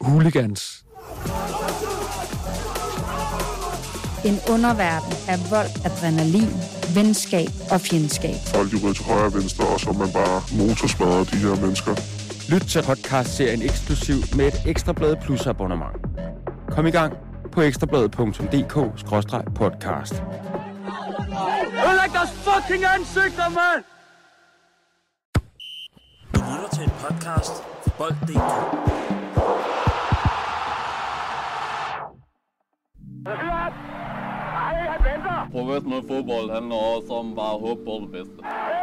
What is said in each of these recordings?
Hooligans. En underverden af vold, adrenalin, venskab og fjendskab. Folk de ryger til højre og venstre, og så er man bare motorsmadrer de her mennesker. Lyt til podcast-serien Eksklusiv med et Ekstrablad Plus abonnement. Kom i gang på ekstrabladet.dk/podcast. Ødelæg deres fucking ansigter, mand! Du lytter til en podcast fra Bold.dk. Professionel fodbold handler også om bare at håbe på det bedste.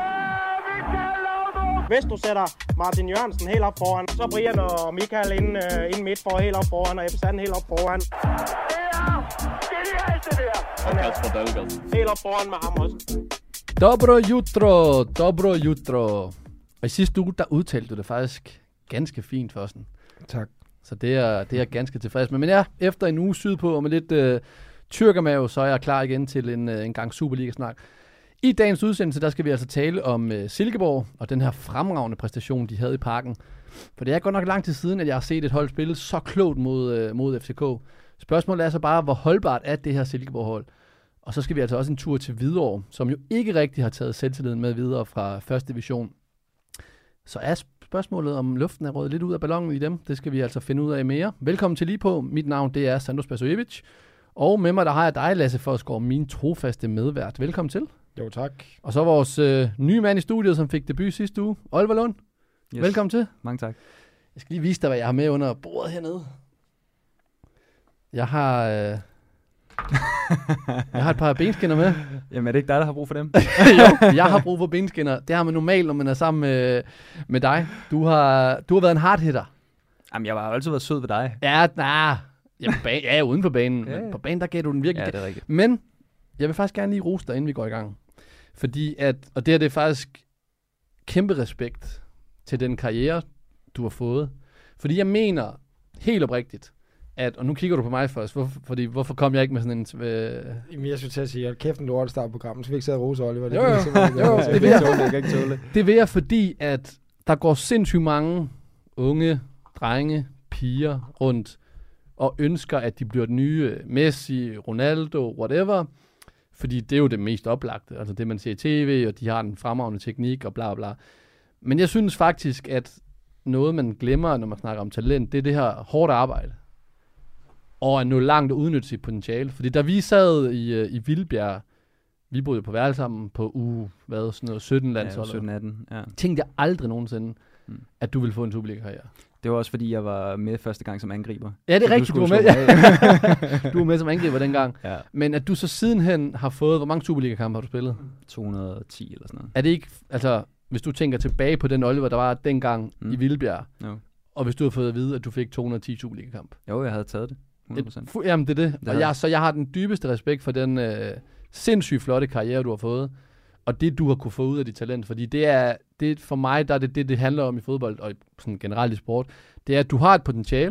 Hvis du sætter Martin Jørgensen helt op foran, så Brian og Michael inden midt for helt op foran, og Ebbe Sand helt op foran. Det er genialt, det der! Og Kasper Dahlgaard. Helt op foran med ham også. Dobro jutro. Og i sidste uge, der udtalte du det faktisk ganske fint, Fossen. Tak. Så det er jeg ganske tilfreds med. Men ja, efter en uge sydpå og med lidt tyrkermave, så er jeg klar igen til en gang Superliga-snak. I dagens udsendelse, der skal vi altså tale om Silkeborg og den her fremragende præstation, de havde i Parken. For det er godt nok lang tid siden, at jeg har set et hold spille så klogt mod FCK. Spørgsmålet er så bare, hvor holdbart er det her Silkeborg-hold? Og så skal vi altså også en tur til Hvidovre, som jo ikke rigtig har taget selvtilliden med videre fra 1. division. Så er spørgsmålet, om luften er røget lidt ud af ballonen i dem. Det skal vi altså finde ud af mere. Velkommen til lige på. Mit navn, det er Sandro Spasojevic. Og med mig, der har jeg dig, Lasse Forsgaard, min trofaste medvært. Velkommen til. Jo, tak. Og så vores nye mand i studiet, som fik debut sidste uge, Oliver Lund. Yes. Velkommen til. Mange tak. Jeg skal lige vise dig, hvad jeg har med under bordet hernede. Jeg har et par benskinner med. Jamen er det ikke dig, der har brug for dem? Jo, jeg har brug for benskinner. Det har man normalt, når man er sammen med dig. Du har været en hardhitter. Jamen jeg har altid været sød ved dig. Ja, uden for banen. Ja. Men på banen, der gav du den virkelig. Ja, det er rigtigt. Men jeg vil faktisk gerne lige rose dig, inden vi går i gang. Fordi og det er faktisk kæmpe respekt til den karriere, du har fået. Fordi jeg mener helt oprigtigt, og nu kigger du på mig først, hvorfor kom jeg ikke med sådan en... Jamen, jeg skulle til at sige, at kæft en lort start programmet, så vi ikke sidde og rose Oliver. Det vil jeg, fordi at der går sindssygt mange unge drenge, piger rundt, og ønsker, at de bliver den nye Messi, Ronaldo, whatever. Fordi det er jo det mest oplagte. Altså det, man ser i tv, og de har den fremragende teknik, og bla bla. Men jeg synes faktisk, at noget, man glemmer, når man snakker om talent, det er det her hårdt arbejde. Og at nå langt og udnytte sit potentiale. Fordi da vi sad i Vildbjerg, vi boede på værelse sammen på sådan noget 17 landshold. Ja, 17-18, ja. Tænkte jeg aldrig nogensinde, at du ville få en Superliga-karriere. Det var også fordi, jeg var med første gang som angriber. Ja, det er rigtigt, du var med. Du var med som angriber dengang. Ja. Men at du så sidenhen har fået, hvor mange Superliga-kampe har du spillet? 210 eller sådan noget. Er det ikke, altså, hvis du tænker tilbage på den Oliver, der var dengang i Vildbjerg, og hvis du havde fået at vide, at du fik 210 Superliga-kamp? Jo, jeg havde taget det. 100%. Jamen, det er det. Og jeg har den dybeste respekt for den sindssygt flotte karriere, du har fået, og det, du har kunne få ud af dit talent. Fordi det for mig, der er det handler om i fodbold, og sådan generelt i sport, det er, at du har et potentiale,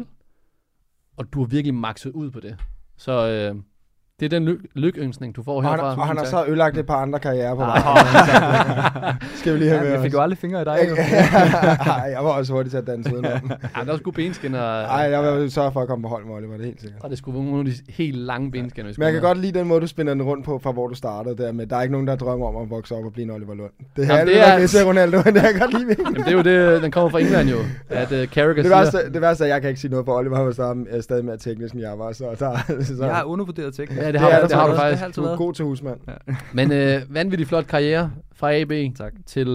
og du har virkelig makset ud på det. Så det er den lykønsning, du får herfra. Og han har så ødelagt et par andre karrierer på vej. Skal vi lige have med jeg fik jo aldrig fingre i dig. Jeg var også hurtigt til at danse udenom. Ja, der skulle benskinner. Jeg vil sørge for at komme på hold med Oliver, det er helt sikkert. Og det skulle være nogle af de helt lange benskinner. Men jeg kan godt lide den måde, du spænder den rundt på, fra hvor du startede der med. Der er ikke nogen, der drømmer om at vokse op og blive en Oliver Lund. Det er Messi og Ronaldo, men det er godt lide. Jamen, det er jo det, den kommer fra England jo. At Carragher siger. Det værste er, at jeg kan ikke sige noget, for Oliver var stadig mere teknisk, end jeg var. Så jeg er undervurderet teknisk. Ja, det har du faktisk. Du er god til husmand. Ja. Men vanvittig flot karriere fra AB til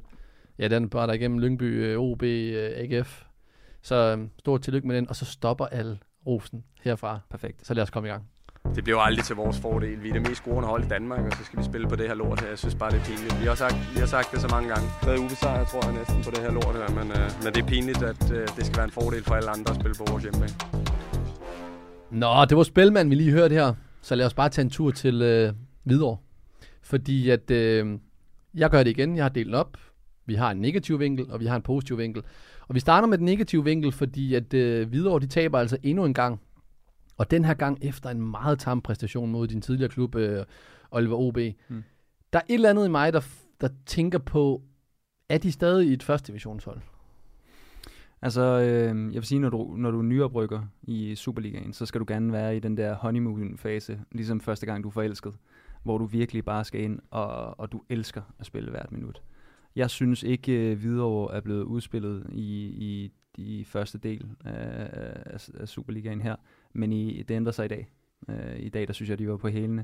den bare der igennem Lyngby, OB, AGF. Så stort tillykke med den, og så stopper al rosen herfra. Perfekt. Så lad os komme i gang. Det bliver aldrig til vores fordel. Vi er det mest scorende hold i Danmark, og så skal vi spille på det her lort her. Jeg synes bare, det er pinligt. Vi har sagt det så mange gange. Der er ubesejret, tror jeg, næsten på det her lort her, men det er pinligt, at det skal være en fordel for alle andre at spille på vores hjemmebane. Nå, det var Spelman, vi lige hørte her. Så lad os bare tage en tur til Hvidovre. Fordi at jeg gør det igen. Jeg har delt den op. Vi har en negativ vinkel, og vi har en positiv vinkel. Og vi starter med den negative vinkel, fordi at Hvidovre, de taber altså endnu en gang. Og den her gang efter en meget tam præstation mod din tidligere klub, Oliver OB. Der er et eller andet i mig, der tænker på, er de stadig i et første divisionshold? Altså, jeg vil sige, når du er nyoprykker i Superligaen, så skal du gerne være i den der honeymoon-fase, ligesom første gang du er forelsket, hvor du virkelig bare skal ind, og du elsker at spille hvert minut. Jeg synes ikke, Hvidovre er blevet udspillet i de første del af Superligaen her, men det ændrer sig i dag. I dag, der synes jeg, de var på hælene.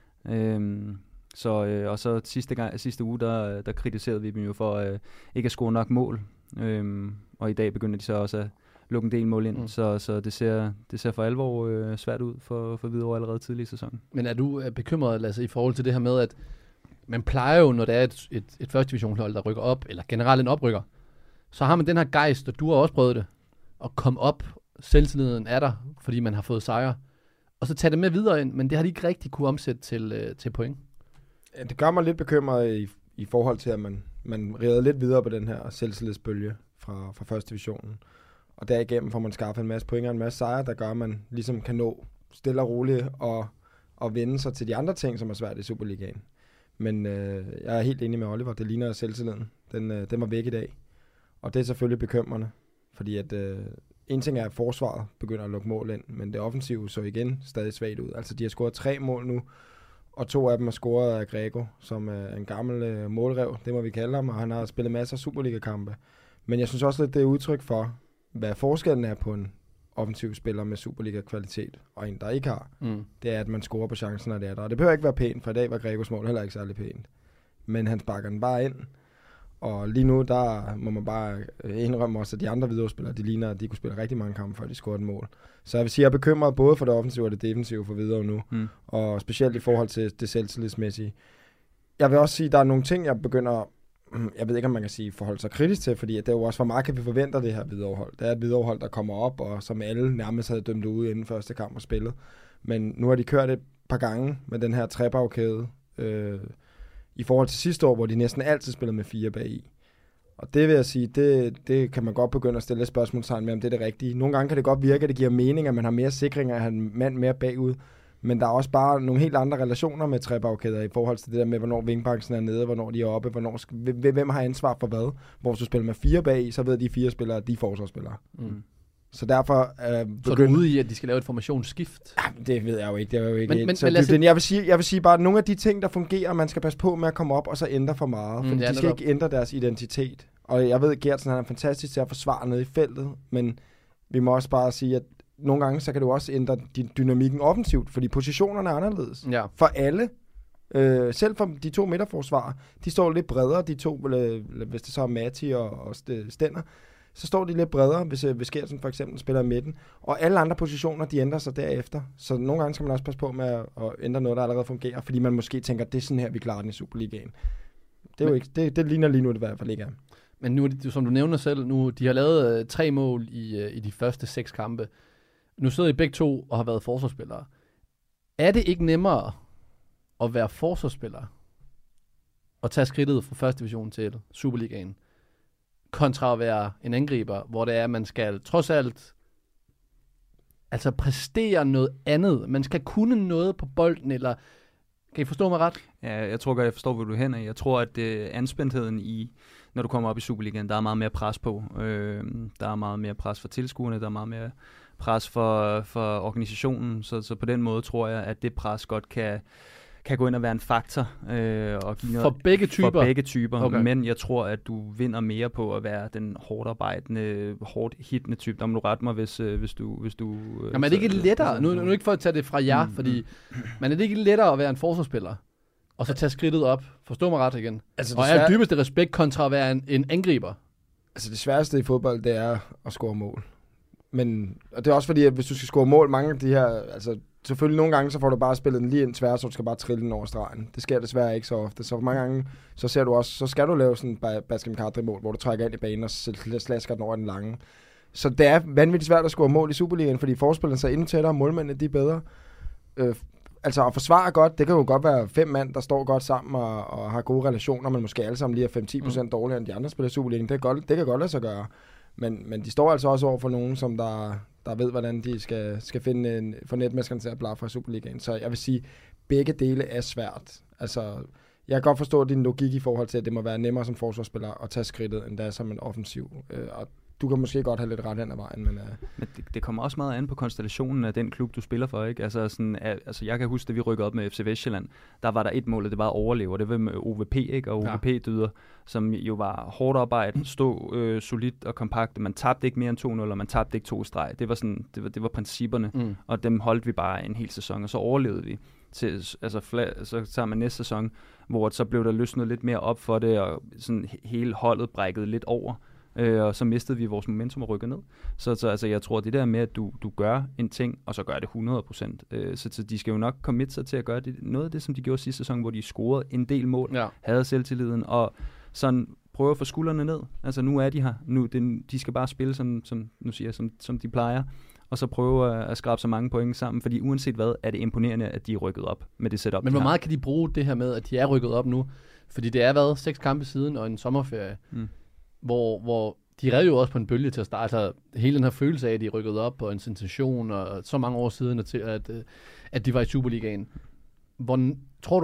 Og så sidste uge, der kritiserede vi dem jo for ikke at score nok mål. Og i dag begynder de så også at lukke en del mål ind. Så det ser for alvor svært ud for Hvidovre allerede tidlig i sæsonen. Men er du bekymret, Lasse, i forhold til det her med, at man plejer jo, når det er et første divisionshold, der rykker op, eller generelt en oprykker, så har man den her gejst, og du har også prøvet det, at komme op, selvtilliden er der, fordi man har fået sejre, og så tage det med videre ind, men det har de ikke rigtig kunne omsætte til point. Ja, det gør mig lidt bekymret i forhold til, at man rider lidt videre på den her selvtillidsbølge fra første divisionen. Og derigennem får man skaffet en masse point og en masse sejre, der gør, at man ligesom kan nå stille og roligt og vende sig til de andre ting, som er svært i Superligaen. Men jeg er helt enig med Oliver, det ligner selvtilliden. Den var væk i dag. Og det er selvfølgelig bekymrende, fordi at en ting er, at forsvaret begynder at lukke mål ind, men det offensive så igen stadig svagt ud. Altså de har scoret 3 mål nu, og 2 af dem er scoret af Grego, som er en gammel målrev, det må vi kalde ham, og han har spillet masser af Superliga-kampe. Men jeg synes også lidt, det er udtryk for, hvad forskellen er på en offensiv spiller med Superliga-kvalitet, og en, der ikke har. Det er, at man scorer på chancen, når det er der. Og det behøver ikke være pænt, for i dag var Gregos mål heller ikke særlig pænt. Men han sparker den bare ind, og lige nu, der må man bare indrømme også, at de andre Hvidovre-spillere, de ligner, at de kunne spille rigtig mange kampe, før de scorede et mål. Så jeg vil sige, at jeg er bekymret både for det offensive og det defensive for Hvidovre nu, og specielt i forhold til det selvtillidsmæssige. Jeg vil også sige, at der er nogle ting, jeg begynder, jeg ved ikke, om man kan sige, forholde sig kritisk til, fordi det er jo også, hvor meget kan vi forventer det her Hvidovre-hold. Det er et Hvidovre-hold, der kommer op, og som alle nærmest havde dømt ude inden første kamp og spillet. Men nu har de kørt et par gange med den her trebagkæde, i forhold til sidste år, hvor de næsten altid spillede med 4 bagi. Og det vil jeg sige, det kan man godt begynde at stille et spørgsmålstegn med, om det er det rigtige. Nogle gange kan det godt virke, at det giver mening, at man har mere sikring, at have en mand mere bagud. Men der er også bare nogle helt andre relationer med trebagkæder i forhold til det der med, hvornår vingbaksen er nede, hvornår de er oppe, hvem har ansvar for hvad. Hvor hvis du spiller med 4 bagi, så ved de 4 spillere, at de er forsvarsspillere. Så derfor så er du ude i, at de skal lave et formationsskift? Ja, det ved jeg jo ikke. Det er jo ikke jeg vil sige bare, at nogle af de ting, der fungerer, man skal passe på med at komme op og så ændre for meget. For de skal ikke ændre deres identitet. Og jeg ved, at Gertsen han er fantastisk til at forsvare nede i feltet, men vi må også bare sige, at nogle gange, så kan du også ændre dynamikken offensivt, fordi positionerne er anderledes. Ja. For alle. Selv for de 2 midterforsvarer, de står lidt bredere, de 2, hvis det så er Matti og Stenner, så står de lidt bredere, hvis Gertsen for eksempel spiller i midten. Og alle andre positioner, de ændrer sig derefter. Så nogle gange skal man også passe på med at ændre noget, der allerede fungerer, fordi man måske tænker, det er sådan her, vi klarer den i Superligaen. Det er jo ikke, det ligner lige nu, det i hvert fald ikke er. Men nu, som du nævner selv, nu de har lavet 3 mål i de første 6 kampe. Nu sidder I begge 2 og har været forsvarsspillere. Er det ikke nemmere at være forsvarsspiller og tage skridtet fra første division til Superligaen, kontra at være en angriber, hvor det er, at man skal trods alt altså præstere noget andet. Man skal kunne noget på bolden, eller kan I forstå mig ret? Ja, jeg tror godt, jeg forstår, hvor du er hen af. Jeg tror, at anspændtheden når du kommer op i Superligaen, der er meget mere pres på. Der er meget mere pres for tilskuerne, der er meget mere pres for organisationen, så på den måde tror jeg, at det pres godt kan gå ind og være en faktor. Og give noget, for begge typer, okay. Men jeg tror, at du vinder mere på at være den hårdt arbejdende, hårdt hittende type. Der må du rette mig, hvis du jamen er det ikke lettere, nu ikke for at tage det fra jer, fordi men er det ikke lettere at være en forsvarsspiller, og så tage skridtet op, forstå mig ret igen, altså, og er dybeste respekt kontra at være en angriber? Altså det sværeste i fodbold, det er at score mål. Men, og det er også fordi, at hvis du skal score mål, mange af de her, altså selvfølgelig nogle gange, så får du bare spillet den lige ind tværs, så du skal bare trille den over stregen. Det sker desværre ikke så ofte. Så mange gange, så ser du også, så skal du lave sådan en Baskem Kadri-mål, hvor du trækker ind i banen og slasker den over den lange. Så det er vanvittigt svært at score mål i Superligaen, fordi forspillerne så endnu tættere, målmændene de er bedre. Altså at forsvare godt, det kan jo godt være 5 mand, der står godt sammen og har gode relationer, men måske alle sammen lige er 5-10% dårligere end de andre spiller i Superligaen. Det kan godt lade sig gøre. Men de står altså også over for nogen, som der ved, hvordan de skal finde få netmesteren til at blaffe fra Superligaen. Så jeg vil sige, begge dele er svært. Altså, jeg kan godt forstå din logik i forhold til, at det må være nemmere som forsvarsspiller at tage skridtet, end det er som en offensiv. Og du kan måske godt have lidt ret hen ad vejen, men det kommer også meget an på konstellationen af den klub, du spiller for, ikke? Altså jeg kan huske, da vi rykkede op med FC Vestjylland, der var der et mål, og det var at overleve, og det var med OVP, ikke? Og OVP-dyder, som jo var hårdt arbejde, stå solidt og kompakt. Man tabte ikke mere end 2-0, og man tabte ikke 2 streg. Det var sådan, det var principperne, og dem holdt vi bare en hel sæson, og så overlevede vi. Så tager man næste sæson, hvor så blev der løsnet lidt mere op for det, og sådan hele holdet brækkede lidt over. Og så mistede vi vores momentum og rykkede ned. Så altså, jeg tror, det der med, at du gør en ting, og så gør det 100%. Så de skal jo nok committe sig til at gøre det. Noget af det, som de gjorde sidste sæson, hvor de scorede en del mål, havde selvtilliden, og sådan prøve at få skuldrene ned. Altså nu er de her. De skal bare spille, som de plejer, og så prøve at skrabe så mange point sammen, fordi uanset hvad, er det imponerende, at de er rykket op med det setup. Men hvor meget kan de bruge det her med, at de er rykket op nu? Fordi det er været 6 kampe siden og en sommerferie, hvor de redde jo også på en bølge til at starte. Altså, hele den her følelse af, at de er rykket op på en sensation, og så mange år siden, at de var i Superligaen. Hvor tror du,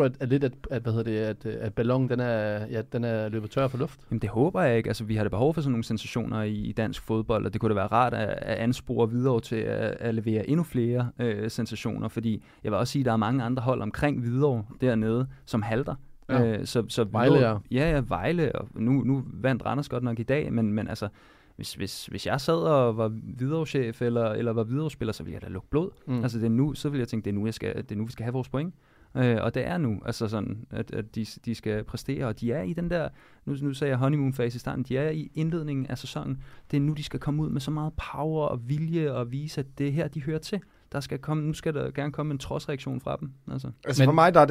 at ballonen den er løbet tør for luft? Jamen det håber jeg ikke. Altså vi har det behov for sådan nogle sensationer i dansk fodbold, og det kunne da være rart at anspore videre til at levere endnu flere sensationer, fordi jeg vil også sige, at der er mange andre hold omkring Hvidovre dernede, som halter. Så Vejle, ja, Vejle, og nu vandt Randers godt nok i dag, men altså, hvis jeg sad og var Hvidovre-chef eller var Hvidovre-spiller, så ville jeg da lukke blod. Altså det er nu, så ville jeg tænke, det er nu vi skal have vores point. Og det er nu, altså sådan, at de skal præstere, og de er i den der, nu sagde jeg honeymoon-fase i starten, de er i indledningen af sæsonen. Det er nu, de skal komme ud med så meget power og vilje og vise, at det er her, de hører til. Nu skal der gerne komme en trodsreaktion fra dem. Altså for mig, der er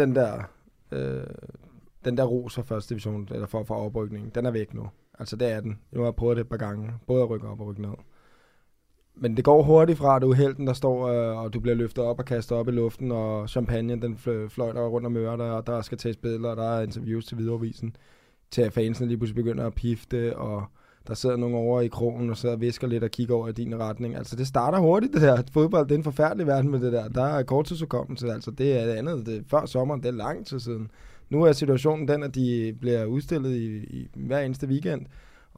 den der ros for første division, eller for oprykningen, den er væk nu. Altså det er den. Nu har jeg prøvet det et par gange, både at rykke op og rykke ned. Men det går hurtigt fra, at du er helten, der står, og du bliver løftet op og kastet op i luften, og champagne, den fløjter rundt om ørerne, og der skal tages billeder, og der er interviews til Hvidovre-avisen, til at fansene lige pludselig begynder at pifte, og der sidder nogen over i krogen og sidder og visker lidt og kigger over i din retning. Altså det starter hurtigt, det der. Fodbold, det er en forfærdelig verden med det der. Der er korttidsudkommelse, altså det er det andet. Det er før sommeren, det er lang tid siden. Nu er situationen den, at de bliver udstillet i hver eneste weekend,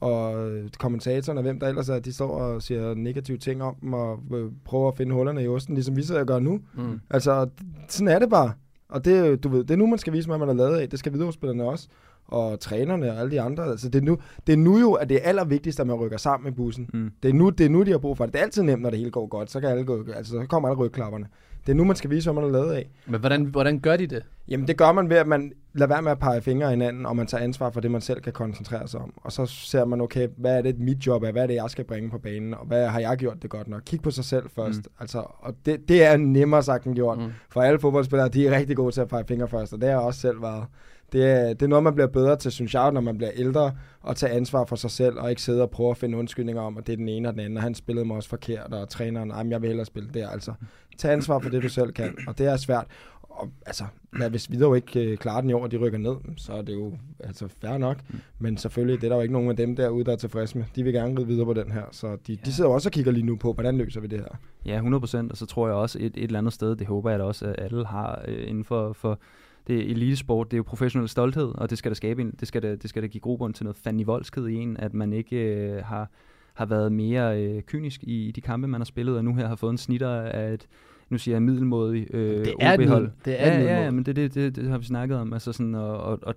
og kommentatorerne, hvem der ellers er, de står og siger negative ting om dem, og prøver at finde hullerne i osten, ligesom vi sidder og gør nu. Altså, sådan er det bare. Og det, du ved, det er nu, man skal vise, hvad man har lavet af. Det skal Hvidovre-spillerne også, og trænerne og alle de andre. Altså, det er nu jo, at det er allervigtigst, at man rykker sammen i bussen. Det er nu, de har brug for det. Det er altid nemt, når det hele går godt. Så kan alle gå, altså, så kommer alle rygklapperne. Det er nu, man skal vise, hvad man har lavet af. Men hvordan gør de det? Jamen, det gør man ved, at man lader være med at pege fingre i hinanden, og man tager ansvar for det, man selv kan koncentrere sig om. Og så ser man, okay, hvad er det, mit job er? Hvad er det, jeg skal bringe på banen? Og hvad har jeg gjort det godt nok? Kig på sig selv først. Altså, og det er nemmere sagt end gjort. For alle fodboldspillere, de er rigtig gode til at pege fingre først, og det har jeg også selv været. Det er noget, man bliver bedre til, synes jeg, når man bliver ældre, og tage ansvar for sig selv, og ikke sidde og prøve at finde undskyldninger om, at det er den ene og den anden, og han spillede mig også forkert, og træneren, jeg vil hellere spille der. Altså, tag ansvar for det, du selv kan, og det er svært. Og altså, hvis Hvidovre ikke klarer den i år, og de rykker ned, så er det jo altså fair nok. Men selvfølgelig, det er der jo ikke nogen af dem derude, der er tilfredse med. De vil gerne ride videre på den her, så de sidder også og kigger lige nu på, hvordan løser vi det her. Ja, 100%, og så tror jeg også et eller andet sted, det håber jeg da også, at alle har inden for det er elitesport, det er jo professionel stolthed, og det skal der skabe det skal der give grobund til noget fandenivoldskhed i en, at man ikke har været mere kynisk i de kampe, man har spillet, og nu her har fået en snitter af et, nu siger jeg middelmådig OB-hold. Ja, men det har vi snakket om, altså sådan, og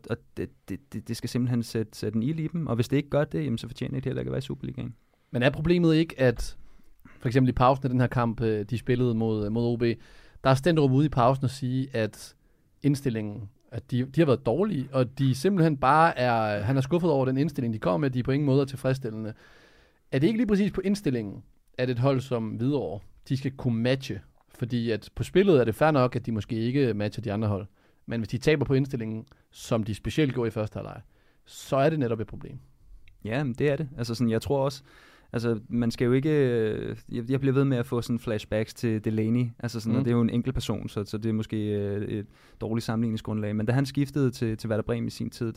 det skal simpelthen sætte en ild i dem, og hvis det ikke gør det, jamen, så fortjener det heller ikke at være i Superligaen. Men er problemet ikke, at for eksempel i pausen af den her kamp, de spillede mod OB, der er Stenderup ude i pausen og sige, at indstillingen, at de har været dårlige, og de simpelthen bare han er skuffet over den indstilling, de kommer med, de er på ingen måde tilfredsstillende. Er det ikke lige præcis på indstillingen, at et hold som Hvidovre, de skal kunne matche? Fordi at på spillet er det fair nok, at de måske ikke matcher de andre hold. Men hvis de taber på indstillingen, som de specielt gjorde i første halvleg, så er det netop et problem. Ja, det er det. Altså sådan, jeg tror også, altså, man skal jo ikke... Jeg bliver ved med at få sådan flashbacks til Delaney. Altså sådan, og det er jo en enkelt person, så det er måske et dårligt sammenligningsgrundlag. Men da han skiftede til Werder Bremen i sin tid,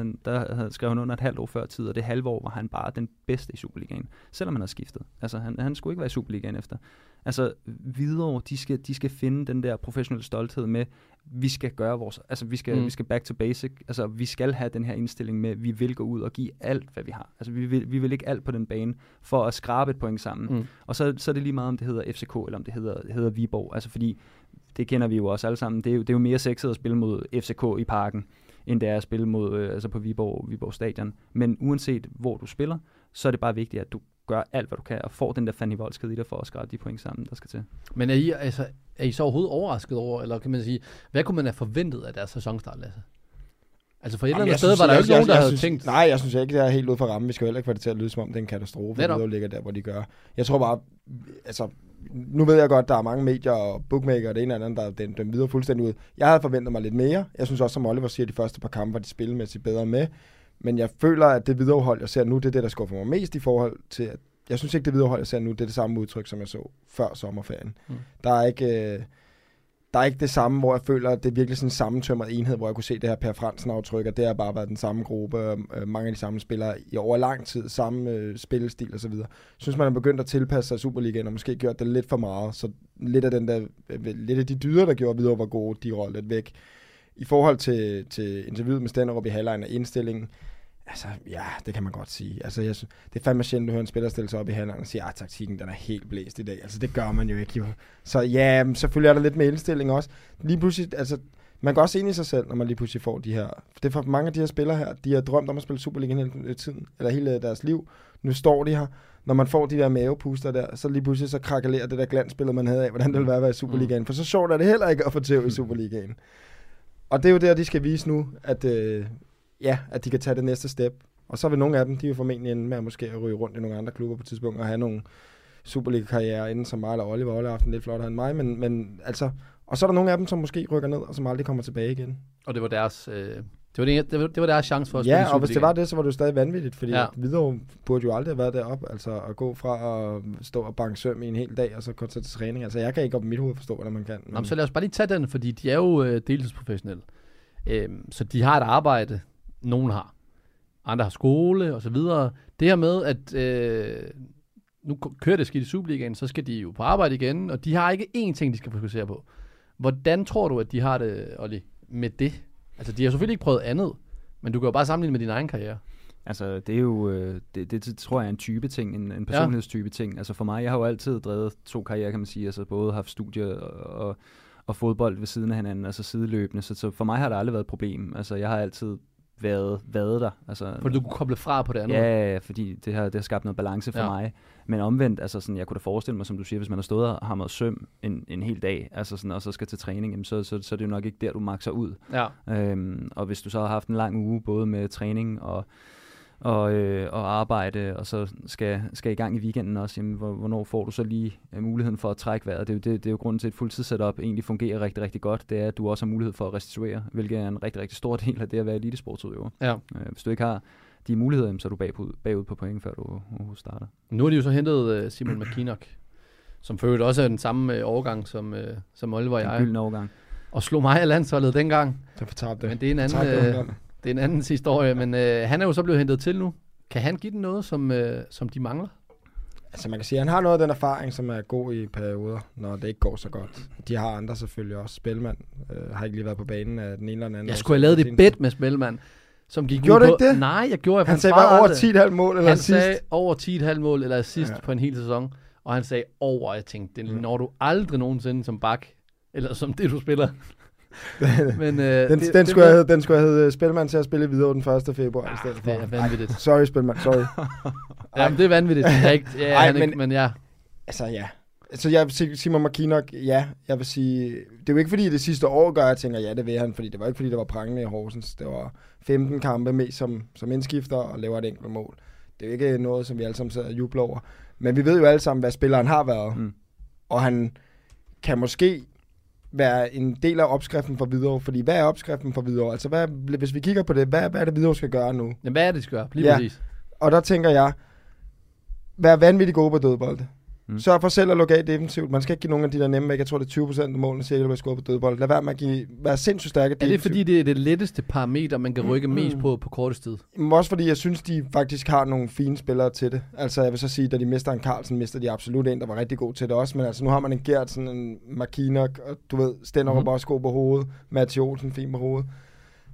der skrev han under et halvt år før tid, og det halve år var han bare den bedste i Superligaen. Selvom han havde skiftet. Altså, han skulle ikke være i Superligaen efter. Altså, Hvidovre, de skal finde den der professionelle stolthed med, vi skal gøre vores... Altså, vi skal back to basic. Altså, vi skal have den her indstilling med, vi vil gå ud og give alt, hvad vi har. Altså, vi vil ikke alt på den bane, for at skrabe et point sammen. Og så er det lige meget, om det hedder FCK, eller om det hedder Viborg. Altså fordi, det kender vi jo også alle sammen, det er jo mere sexet at spille mod FCK i Parken, end det er at spille mod, altså på Viborg Stadion. Men uanset hvor du spiller, så er det bare vigtigt, at du gør alt, hvad du kan, og får den der fandenivoldsked i dig for at skrabe de point sammen, der skal til. Men er I så overhovedet overrasket over, eller kan man sige, hvad kunne man have forventet af deres sæsonstart, Lasse? Altså for et eller andet sted var der jo ikke nogen, der havde tænkt... Nej, jeg synes ikke, det er helt ud for rammen. Vi skal jo heller ikke få det til at lyde, som om det er en katastrofe, at Hvidovre ligger der, hvor de gør. Jeg tror bare, altså... Nu ved jeg godt, der er mange medier og bookmaker og det ene eller andet, der dem videre fuldstændig ud. Jeg havde forventet mig lidt mere. Jeg synes også, som Oliver siger, de første par kampe var de spillemæssigt bedre med. Men jeg føler, at det Hvidovre, jeg ser nu, det er det, der skuffer mig mest i forhold til... At jeg synes ikke, det Hvidovre, jeg ser nu, det er det samme udtryk, som jeg så før sommerferien. Der er ikke det samme, hvor jeg føler, at det er virkelig sådan en sammentømret enhed, hvor jeg kunne se det her Per Fransen-aftryk, og det har bare været den samme gruppe, mange af de samme spillere i over lang tid, samme spillestil og så videre. Jeg synes, man er begyndt at tilpasse sig Superligaen, og måske gjort det lidt for meget, så lidt af de dyder, der gjorde Hvidovre var gode, de røg lidt væk. I forhold til interviewet med Stenderup i halvlejen af indstillingen, altså, ja, det kan man godt sige. Altså, det er fandme sjældent at høre en spiller stille sig op i halvlejen og sige, at taktikken, den er helt blæst i dag. Altså, det gør man jo ikke, jo. Så ja, selvfølgelig er der lidt med indstilling også. Lige pludselig, altså, man kan også se ind i sig selv, når man lige pludselig får de her... Det er for mange af de her spillere her, de har drømt om at spille Superligaen hele tiden, eller hele deres liv. Nu står de her. Når man får de der mavepuster der, så lige pludselig så krakelerer det der glansbillede, man havde af, hvordan det ville være at være i Superligaen. For så sjovt er det heller ikke at få til i Superligaen. Og det er jo der, de skal vise nu, at de kan tage det næste step. Og så vil nogle af dem, de vil formentlig ende med at måske ryge rundt i nogle andre klubber på et tidspunkt, og have nogle Superliga-karriere inden som mig eller Oliver. Oliver har haft en lidt flottere end mig, men altså... Og så er der nogle af dem, som måske rykker ned, og som aldrig kommer tilbage igen. Og det var deres... Det var deres chance for at spille Superliga. Ja, og hvis det var det, så var det jo stadig vanvittigt, fordi Hvidovre burde jo aldrig have været deroppe, altså at gå fra at stå og banke søm i en hel dag, og så gå til træning. Altså jeg kan ikke op i mit hoved forstå, hvordan man kan. Men... så lad os bare lige tage den, fordi de er jo deltidsprofessionelle. Så de har et arbejde, nogen har. Andre har skole, og så videre. Det her med, at nu kører det skidt i Superligaen, så skal de jo på arbejde igen, og de har ikke én ting, de skal fokusere på. Hvordan tror du, at de har det, Olli, med det? Altså, de har selvfølgelig ikke prøvet andet, men du kan jo bare sammenligne med din egen karriere. Altså, det er jo, det tror jeg er en type ting, en personlighedstype ting. Altså for mig, jeg har jo altid drevet 2 karrierer, kan man sige. Altså både haft studie og fodbold ved siden af hinanden, altså sideløbende. Så for mig har det aldrig været et problem. Altså, jeg har altid været der. Altså, fordi du kunne koble fra på det andet? Ja, fordi det har skabt noget balance for mig. Men omvendt, altså sådan, jeg kunne da forestille mig, som du siger, hvis man har stået og hamret søm en hel dag, altså sådan, og så skal til træning, jamen, så er det jo nok ikke der, du makser ud. Ja. Og hvis du så har haft en lang uge, både med træning og arbejde, og så skal i gang i weekenden også, jamen, hvornår får du så lige muligheden for at trække vejret? Det er jo grunden til, at et fuldtidssetup egentlig fungerer rigtig, rigtig godt. Det er, at du også har mulighed for at restituere, hvilket er en rigtig, rigtig stor del af det at være elitesportsudøver. Ja. Hvis du ikke har de muligheder, så er du bagud på point, før du starter. Nu har de jo så hentet Simon McKinnock, som for øvrigt også er den samme årgang som Oliver og jeg. En gylden årgang. Og slog mig af landsholdet dengang. Det fortabte. Men det er en anden... Det er en anden historie, men han er jo så blevet hentet til nu. Kan han give den noget, som de mangler? Altså man kan sige, at han har noget af den erfaring, som er god i perioder, når det ikke går så godt. De har andre selvfølgelig også. Spelmand har ikke lige været på banen af den ene eller anden. Jeg skulle have lavet det bet med Spelmand, som gik gjorde du ikke det? Nej, jeg gjorde. Han sagde bare over 10,5 mål eller assist. Han sagde over 10,5 mål eller assist på en hel sæson. Og han sagde over, jeg tænkte, det når du aldrig nogensinde som bak, eller som det du spiller. Men, den skulle jeg have Spelmand til at spille videre den 1. februar i stedet for. Det er vanvittigt. Sorry Spelmand, sorry. Jamen, det er vanvittigt. Men ja. Altså ja. Så jeg vil sige, Simon McKinnock, ja, jeg vil sige, det er jo ikke fordi det sidste år gør, jeg tænker, ja, det vil han, fordi det var ikke fordi, der var prangende i Horsens. Det var 15 kampe mest som indskifter og laver et enkelt mål. Det er jo ikke noget, som vi alle sammen sidder og jubler over. Men vi ved jo alle sammen, hvad spilleren har været. Og han kan måske være en del af opskriften for Hvidovre. Fordi hvad er opskriften for Hvidovre? Altså, hvis vi kigger på det, hvad er det, Hvidovre skal gøre nu? Jamen, hvad er det, de skal gøre? Lige præcis. Og der tænker jeg, vær vanvittigt gode på dødbolde. Sørg for selv at lukke af defensivt. Man skal ikke give nogen af de der nemme væk. Jeg tror, det er 20% af målene, cirka, der bliver scoret på dødbold. Lad være med at være sindssygt stærke defensivt. Er det fordi, det er det letteste parameter, man kan rykke mest på kortest tid? Men også fordi, jeg synes, de faktisk har nogle fine spillere til det. Altså, jeg vil så sige, da de mister en Carlsen, mister de absolut en, der var rigtig god til det også. Men altså, nu har man en Gertsen, en McKinnock, og du ved, Stenderup var også god på hovedet. Mathias Olsen, fin på hovedet.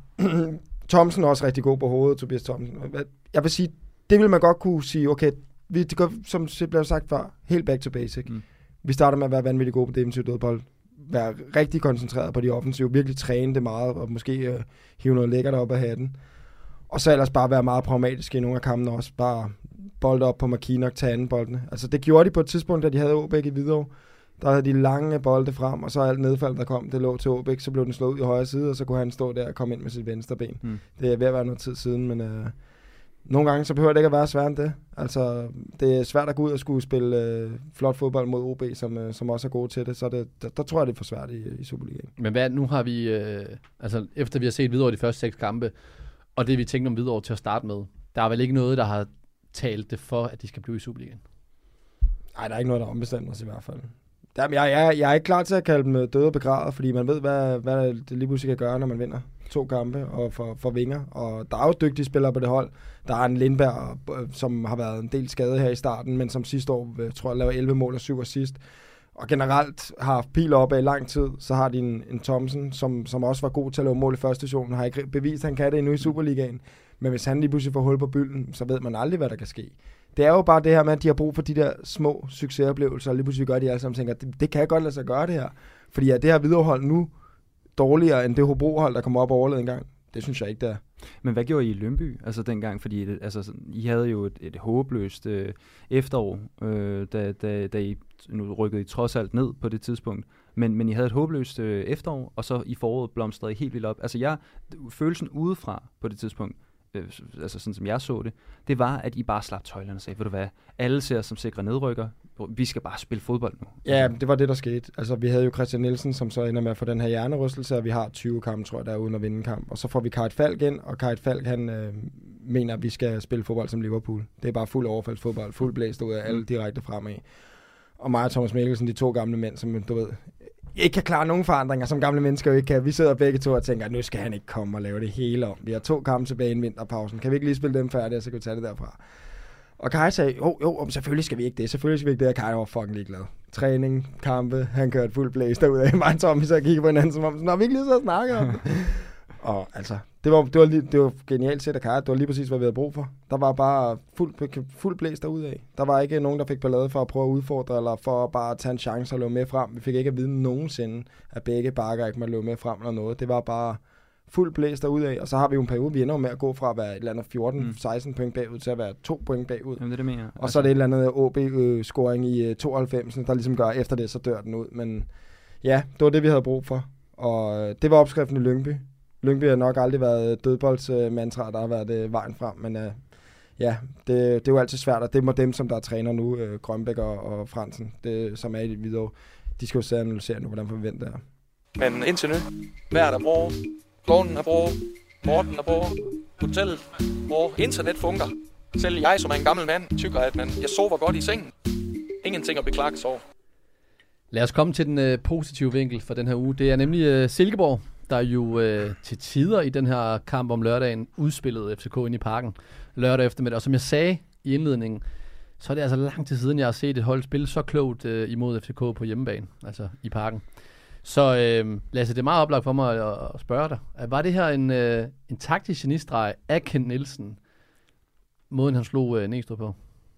Thomsen også rigtig god på hovedet, Tobias Thomsen. Jeg vil sige, det vil man godt kunne sige, okay, det går, som det blev sagt før, helt back to basic. Vi starter med at være vanvittigt gode på defensiv dødbold. Være rigtig koncentreret på de offensive. Virkelig træne det meget, og måske hive noget lækkert op af hatten. Og så ellers bare være meget pragmatisk i nogle af kampene også. Bare bolde op på Marquinhos, tage anden boldene. Altså det gjorde de på et tidspunkt, da de havde Åbæk i Hvidovre. Der havde de lange bolde frem, og så alt nedfald, der kom, det lå til Åbæk. Så blev den slået ud i højre side, og så kunne han stå der og komme ind med sit venstre ben. Det er ved at være noget tid siden, men nogle gange så behøver det ikke at være svært end det. Altså det er svært at gå ud og skulle spille flot fodbold mod OB, som også er gode til det. Så der tror jeg, det er for svært i Superligaen. Men nu har vi, altså efter vi har set Hvidovre de første 6 kampe, og det vi tænkte om Hvidovre til at starte med, der er vel ikke noget, der har talt det for, at de skal blive i Superligaen? Nej, der er ikke noget, der ombestemt os i hvert fald. Jeg er ikke klar til at kalde dem døde og begravet, fordi man ved, hvad det lige pludselig kan gøre, når man vinder 2 kampe og får vinger. Og der er jo dygtige spillere på det hold. Der er en Lindberg, som har været en del skadet her i starten, men som sidste år, tror jeg, laver 11 mål og 7 assist. Og generelt har haft piler op i lang tid. Så har de en Thomsen, som også var god til at lave mål i første division. Har ikke bevist, at han kan det endnu i Superligaen. Men hvis han lige pludselig får hul på bylden, så ved man aldrig, hvad der kan ske. Det er jo bare det her med, at de har brug for de der små succesoplevelser, og lige pludselig gør de alle sammen tænker, det kan godt lade sig gøre det her. Fordi er det her Hvidovre nu dårligere end det Hobro-hold, der kommer op og overlevede en gang? Det synes jeg ikke, det er. Men hvad gjorde I i Lyngby, altså dengang? Fordi I havde jo et håbløst efterår, da I nu rykkede I trods alt ned på det tidspunkt. Men I havde et håbløst efterår, og så i foråret blomstrede I helt vildt op. Altså følelsen udefra på det tidspunkt, altså sådan som jeg så det var, at I bare slap tøjlerne og sagde, ved du hvad, alle ser som sikre nedrykker, vi skal bare spille fodbold nu. Ja, det var det, der skete. Altså, vi havde jo Christian Nielsen, som så ender med at få den her hjernerystelse, og vi har 20 kampe, tror jeg, der er uden at vinde en kamp. Og så får vi Kajt Falk ind, og Kajt Falk, han mener, at vi skal spille fodbold som Liverpool. Det er bare fuld overfaldsfodbold, fuld blæst ud af alle direkte fremad. Og mig og Thomas Mikkelsen, de 2 gamle mænd, som du ved, ikke kan klare nogen forandringer, som gamle mennesker jo ikke kan. Vi sidder begge to og tænker, at nu skal han ikke komme og lave det hele om. Vi har 2 kampe tilbage i vinterpausen. Kan vi ikke lige spille dem færdige, og så kan vi tage det derfra? Og Kai sagde, jo, selvfølgelig skal vi ikke det. Selvfølgelig skal vi ikke det, og Kai var fucking ligeglad. Træning, kampe, han kørte fuld blæs derudad. Mig og Tommy så kiggede på hinanden, som om, når vi ikke lige så snakke om det. Og altså, det var genialt set af Kai. Det var lige præcis, hvad vi havde brug for. Der var bare fuld blæs derudad. Der var ikke nogen, der fik ballade for at prøve at udfordre, eller for at bare tage en chance og løbe med frem. Vi fik ikke at vide nogensinde, at begge bakker ikke måtte løbe med frem eller noget. Det var bare fuld blæs derudad, og så har vi jo en periode, vi ender med at gå fra at være et eller andet 14-16 point bagud, til at være 2 point bagud. Jamen, det mener jeg. Og så er det et eller andet OB-scoring i 92, der ligesom gør, efter det, så dør den ud. Men ja, det var det, vi havde brug for. Og det var opskriften i Lyngby. Lyngby har nok aldrig været dødboldsmantra, der har været vejen frem, men ja, det er jo altid svært, og det må dem, som der er træner nu, Grønbæk og Fransen, som er i Hvidovre, de skal jo se analysere nu, hvordan forventer jeg. Men indtil nu, vejret er bra, klonen er bra, Morten er bra, hotellet bra, internet fungerer. Selv jeg, som er en gammel mand, tykker, at jeg sover godt i sengen. Ingenting at beklage sig over. Lad os komme til den positive vinkel for den her uge. Det er nemlig Silkeborg, der jo til tider i den her kamp om lørdagen udspillede FCK ind i Parken lørdag eftermiddag. Og som jeg sagde i indledningen, så er det altså lang tid siden, jeg har set et hold spille så klogt imod FCK på hjemmebane, altså i Parken. Så Lasse, det er meget oplagt for mig at spørge dig. Var det her en taktisk genistreg af Kent Nielsen, måden han slog Næstrup på?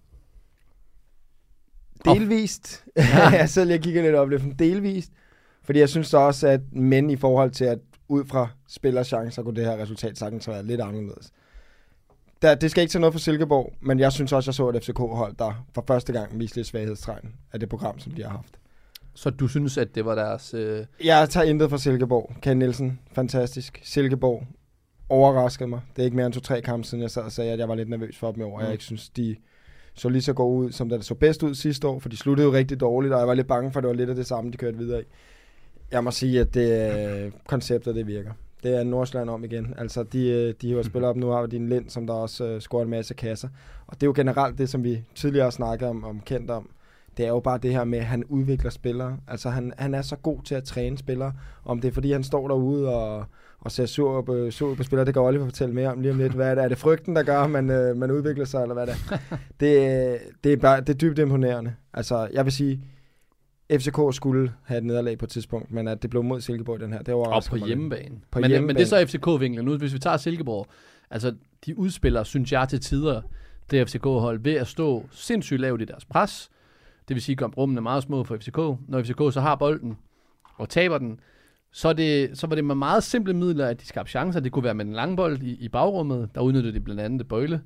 Delvist. Ja. Selv jeg kigger lidt op det, delvist. Fordi jeg synes også, at men i forhold til, at ud fra spillerchancer, kunne det her resultat sagtens være lidt anderledes. Det skal ikke tage noget for Silkeborg, men jeg synes også, jeg så et FCK-hold, der for første gang viste lidt svaghedstegn af det program, som de har haft. Så du synes, at det var deres... Jeg tager intet fra Silkeborg. Ken Nielsen, fantastisk. Silkeborg overraskede mig. Det er ikke mere end 2-3 kampe siden, jeg sad og sagde, at jeg var lidt nervøs for dem i år. Jeg ikke synes, de så lige så gode ud, som det så bedst ud sidste år, for de sluttede jo rigtig dårligt, og jeg var lidt bange for, at det var lidt af det samme, de kørte videre i. Jeg må sige, at det konceptet, det virker. Det er Nordsjælland om igen. Altså, de har spillet op nu, har de en Lind, som der også scorer en masse kasser. Og det er jo generelt det, som vi tidligere har snakket om Kent om. Det er jo bare det her med, at han udvikler spillere. Altså, han er så god til at træne spillere. Om det er, fordi han står derude og ser sur på spillere, det kan Oliver fortælle mere om lige om lidt. Hvad er det? Er det frygten, der gør, man udvikler sig, eller hvad det er? Det er dybt imponerende. Altså, jeg vil sige, FCK skulle have et nederlag på et tidspunkt, men at det blev mod Silkeborg den her, det var også på hjemmebane. Men det er så FCK-vinklen. Nu, hvis vi tager Silkeborg, altså, de udspiller, synes jeg til tider, det FCK-hold ved at stå sindssygt lavt i deres pres. Det vil sige, at rummene er meget små for FCK. Når FCK så har bolden og taber den, så var det med meget simple midler, at de skabte chancer. Det kunne være med en lang bold i bagrummet. Der udnyttede de blandt andet det Bøjle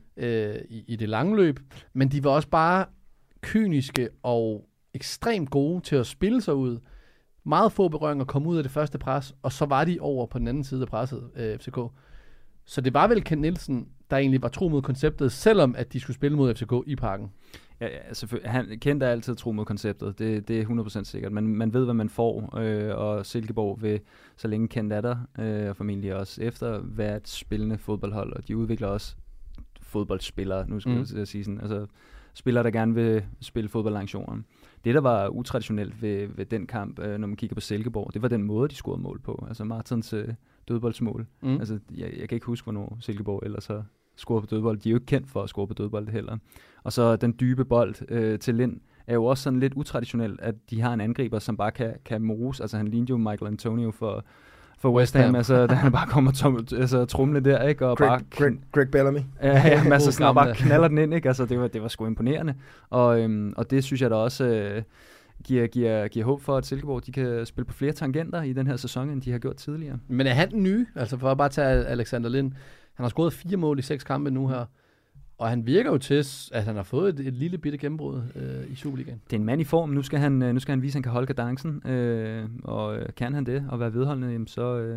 i det lange løb. Men de var også bare kyniske og ekstremt gode til at spille sig ud. Meget få berøringer kom ud af det første pres, og så var de over på den anden side af presset, FCK. Så det var vel Kent Nielsen, der egentlig var tro mod konceptet, selvom at de skulle spille mod FCK i parken. Ja, selvfølgelig. Kent er altid tro mod konceptet. Det er 100% sikkert. Man ved, hvad man får, og Silkeborg vil, så længe Kent er der, og formentlig også efter, være et spillende fodboldhold, og de udvikler også fodboldspillere, nu skal jeg sige sådan, altså spillere, der gerne vil spille fodbold langs jorden. Det, der var utraditionelt ved den kamp, når man kigger på Silkeborg, det var den måde, de scorede mål på. Altså Martins dødboldsmål. Altså, jeg kan ikke huske, hvornår Silkeborg ellers har scoret på dødbold. De er jo ikke kendt for at score på dødbold heller. Og så den dybe bold til Lind er jo også sådan lidt utraditionelt, at de har en angriber, som bare kan mose. Altså han lignede jo Michael Antonio for West Ham, altså da han bare kommer trumle der, ikke? Og Greg Bellamy. Ja, men altså sådan bare knaller den ind, ikke? Altså det var sgu imponerende. Og det synes jeg da også giver håb for, at Silkeborg de kan spille på flere tangenter i den her sæson, end de har gjort tidligere. Men er han den nye? Altså for at bare tage Alexander Lind. Han har scoret 4 mål i 6 kampe nu her. Og han virker jo til, at han har fået et lille bitte gennembrud i Superligaen. Det er en mand i form. Nu skal han vise, at han kan holde kadencen. Og kan han det og være vedholdende, jamen,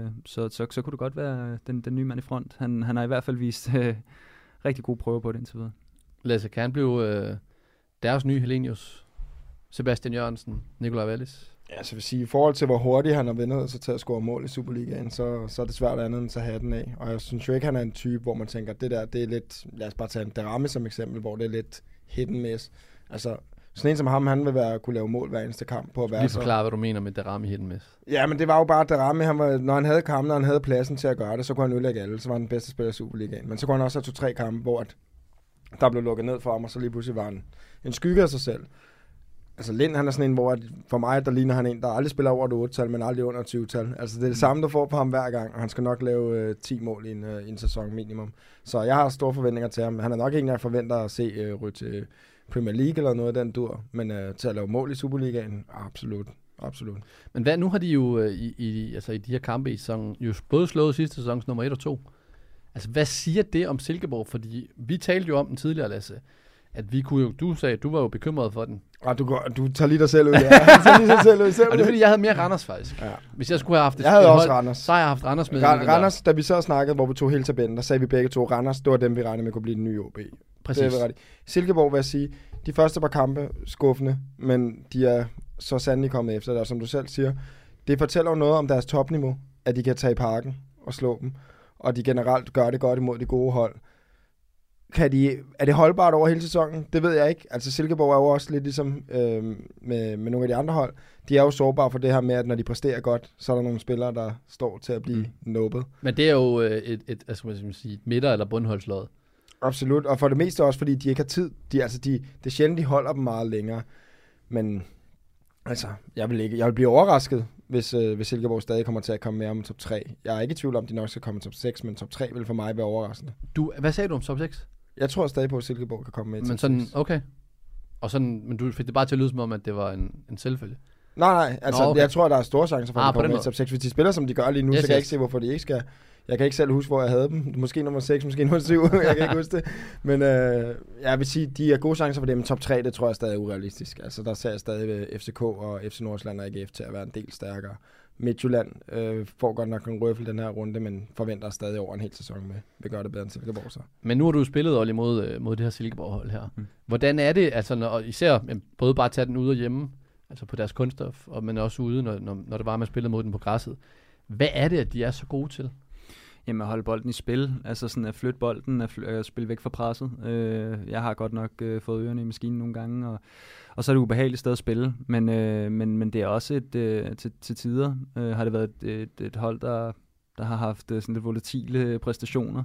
så kunne det godt være den nye mand i front. Han har i hvert fald vist rigtig gode prøver på det indtil videre. Lasse, kan han blive deres nye Helenius? Sebastian Jørgensen, Nikolaj Wallis? Ja, så vil sige, i forhold til, hvor hurtigt han har vendt sig til at score mål i Superligaen, så er det svært andet end at have den af. Og jeg synes jo ikke, han er en type, hvor man tænker, det er lidt, lad os bare tage en Derame som eksempel, hvor det er lidt hit and miss. Altså, sådan en som ham, han vil kunne lave mål hver eneste kamp på at være. Lige forklare, hvad du mener med Derame hit and miss. Ja, men det var jo bare Derame, når han havde kampen, og han havde pladsen til at gøre det, så kunne han ødelægge alle, så var han den bedste spiller i Superligaen. Men så kunne han også have 2-3 kampe, hvor der blev lukket ned for ham, og så lige pludselig var han en skygge af sig selv. Altså Lind, han er sådan en, hvor for mig, der ligner han en, der aldrig spiller over et 8-tal, men aldrig under 20-tal. Altså det er det samme, du får på ham hver gang, og han skal nok lave 10 mål i en sæson minimum. Så jeg har store forventninger til ham. Han er nok ikke engang forventer at se ryge til Premier League eller noget af den dur, men til at lave mål i Superligaen, absolut. Men hvad, nu har de jo i de her kampe i sæsonen jo både slået sidste sæsons nummer 1 og 2. Altså hvad siger det om Silkeborg? Fordi vi talte jo om den tidligere, Lasse, at vi kunne jo, du sagde, du var jo bekymret for den. Du tager lige dig selv ud, ja. Tager lige dig selv ud. Og det er fordi, jeg havde mere Randers faktisk. Ja. Hvis jeg skulle have haft jeg havde også Randers. Så har jeg haft Randers med. Randers, da vi så snakkede, hvor vi tog hele tabellen, der sagde vi begge to, Randers, det var dem, vi regnede med kunne blive den nye OB. Præcis. Silkeborg vil jeg sige, de første par kampe skuffende, men de er så sandelig kommet efter det, og som du selv siger, det fortæller jo noget om deres topniveau, at de kan tage i parken og slå dem, og de generelt gør det godt imod de gode hold. Er det holdbart over hele sæsonen? Det ved jeg ikke. Altså Silkeborg er jo også lidt ligesom med nogle af de andre hold. De er jo sårbare for det her med, at når de præsterer godt, så er der nogle spillere, der står til at blive nubbet. Men det er jo et midter- eller bundholdslod. Absolut, og for det meste også, fordi de ikke har tid. Det er sjældent, de holder dem meget længere. Men altså, jeg vil blive overrasket, hvis Silkeborg stadig kommer til at komme mere om top 3. Jeg er ikke i tvivl om, de nok skal komme i top 6, men top 3 vil for mig være overraskende. Hvad sagde du om top 6? Jeg tror stadig på, at Silkeborg kan komme med i top 6. Men sådan, okay. Og sådan, men du fik det bare til at lyde som om, at det var en selvfølge. Nej, altså okay. Jeg tror, der er store chancer for, at de kommer med i top 6. Hvis de spiller, som de gør lige nu, så kan jeg ikke se, hvorfor de ikke skal. Jeg kan ikke selv huske, hvor jeg havde dem. Måske nummer 6, måske nummer 7. Jeg kan ikke huske det. Men jeg vil sige, de er gode chancer for dem. Top 3, det tror jeg stadig er urealistisk. Altså, der ser jeg stadig FCK og FC Nordsjælland og AGF til at være en del stærkere. Midtjylland får godt nok en røffel den her runde, men forventer stadig over en hel sæson med. Vi gør det bedre end Silkeborg så. Men nu har du spillet, Olli, mod det her Silkeborg-hold her. Hvordan er det, altså når, især både bare tage den ude og hjemme, altså på deres kunststof, men også ude, når det var, man spillede mod den på græsset. Hvad er det, at de er så gode til? Jamen at holde bolden i spil, altså sådan at flytte bolden, at spille væk fra presset. Jeg har godt nok fået ørerne i maskinen nogle gange, og så er det ubehageligt sted at spille, men det er også til tider har det været et hold, der har haft sådan lidt volatile præstationer.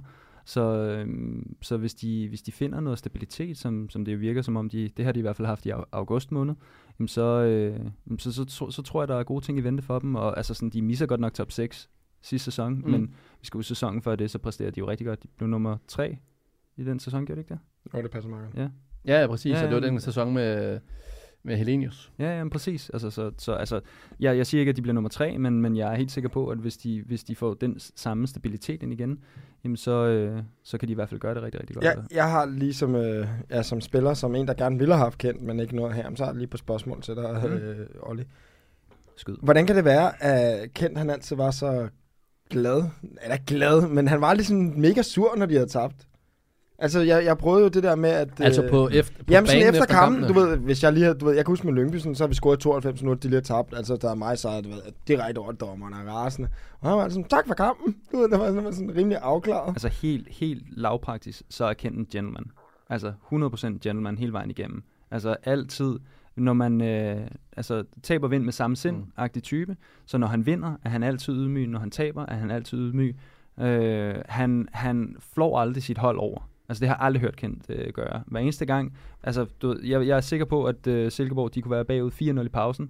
Så hvis de finder noget stabilitet, som det virker som om det har de i hvert fald haft i august måned, så tror jeg, der er gode ting i vente for dem, og altså sådan, de misser godt nok top 6 sidste sæson, men vi skal ud sæsonen før det, så præsterer de jo rigtig godt. De blev nummer 3 i den sæson, gjorde det ikke det? Det passer meget godt. Ja, præcis. Ja, det var den sæson med Helenius. Ja, præcis. Altså, jeg siger ikke, at de bliver nummer 3, men jeg er helt sikker på, at hvis de får den samme stabilitet ind igen, jamen så kan de i hvert fald gøre det rigtig, rigtig godt. Jeg har lige som spiller, som en, der gerne ville have haft kendt, men ikke noget her, så har jeg lige på spørgsmål til dig, Olli. Skyd. Hvordan kan det være, at Kent han altid var så glad, men han var lige sådan mega sur, når de havde tabt? Altså, jeg prøvede jo det der med, at... Altså på efter kampen, du ved, hvis jeg lige havde... jeg kan huske med Lyngby, så har vi scoret 92 minutter, de lige har tabt. Altså, der er mig sejret, du ved, direkte over dommerne og rasende. Og han var sådan, tak for kampen. Du ved, der var sådan rimelig afklaret. Altså, helt lavpraktisk, så er Kent en gentleman. Altså, 100% gentleman hele vejen igennem. Altså, altid, når man taber vind med samme sind-agtig type, så når han vinder, er han altid ydmyg. Når han taber, er han altid ydmyg. Han flår aldrig sit hold over. Altså det har jeg aldrig hørt Kent gøre. Hver eneste gang, altså jeg er sikker på, at Silkeborg, de kunne være bagud 4-0 i pausen,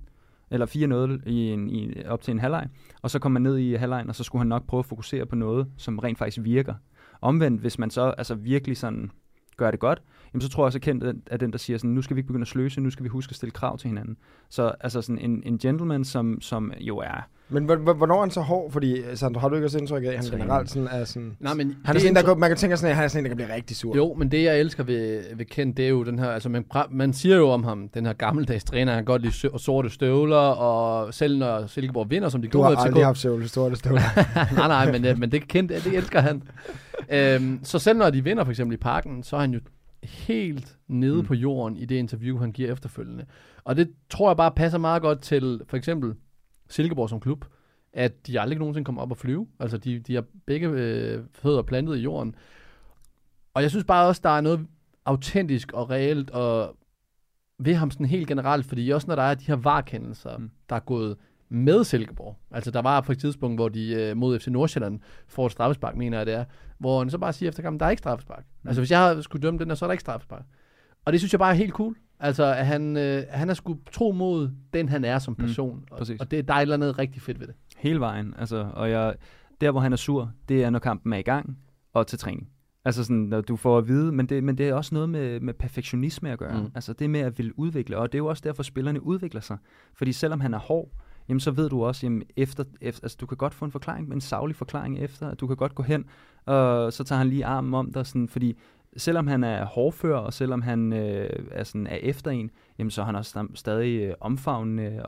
eller 4-0 op til en halvleg, og så kom man ned i halvlegen, og så skulle han nok prøve at fokusere på noget, som rent faktisk virker. Omvendt, hvis man så virkelig sådan gør det godt, jamen så tror jeg også, at Kent er den, der siger sådan, nu skal vi ikke begynde at sløse, nu skal vi huske at stille krav til hinanden. Så altså sådan en gentleman, som jo er... Men hvornår er han så hård? Fordi Sandro, har du ikke også indtryk af, at han generelt sådan er sådan... Nej, men han er sådan en, man kan tænke sådan, at han er sådan en, der kan blive rigtig sur. Jo, men det jeg elsker ved Kent, det er jo den her... Altså man siger jo om ham, den her gammeldags træner, han kan godt lide sorte støvler, og selv når Silkeborg vinder, som de du har aldrig haft sorte støvler. nej, men det Kent, det elsker han. Så selv når de vinder, for eksempel i Parken, så er han jo helt nede på jorden i det interview, han giver efterfølgende. Og det tror jeg bare passer meget godt til, for eksempel Silkeborg som klub, at de aldrig nogensinde kommer op og flyve. Altså, de har begge fødder plantet i jorden. Og jeg synes bare også, der er noget autentisk og reelt og ved ham sådan helt generelt, fordi også når der er de her VAR-kendelser, der er gået med Silkeborg. Altså, der var på et tidspunkt, hvor de mod FC Nordsjælland får et straffespark, mener jeg det er, hvor han så bare siger efter kampen, der er ikke straffespark. Altså, hvis jeg skulle dømme den der, så er der ikke straffespark. Og det synes jeg bare er helt cool. Altså, at han er sgu tro mod den, han er som person. Og det er der et eller andet rigtig fedt ved det. Hele vejen. Altså, og der, hvor han er sur, det er, når kampen er i gang og til træning. Altså sådan, når du får at vide, men det er også noget med perfektionisme at gøre. Altså det med at ville udvikle, og det er jo også derfor, spillerne udvikler sig. Fordi selvom han er hård, jamen så ved du også, jamen efter altså du kan godt få en forklaring, en saglig forklaring efter, at du kan godt gå hen, og så tager han lige armen om dig, sådan, fordi selvom han er hårdfør, og selvom han er efter en, jamen så er han også stadig omfavnende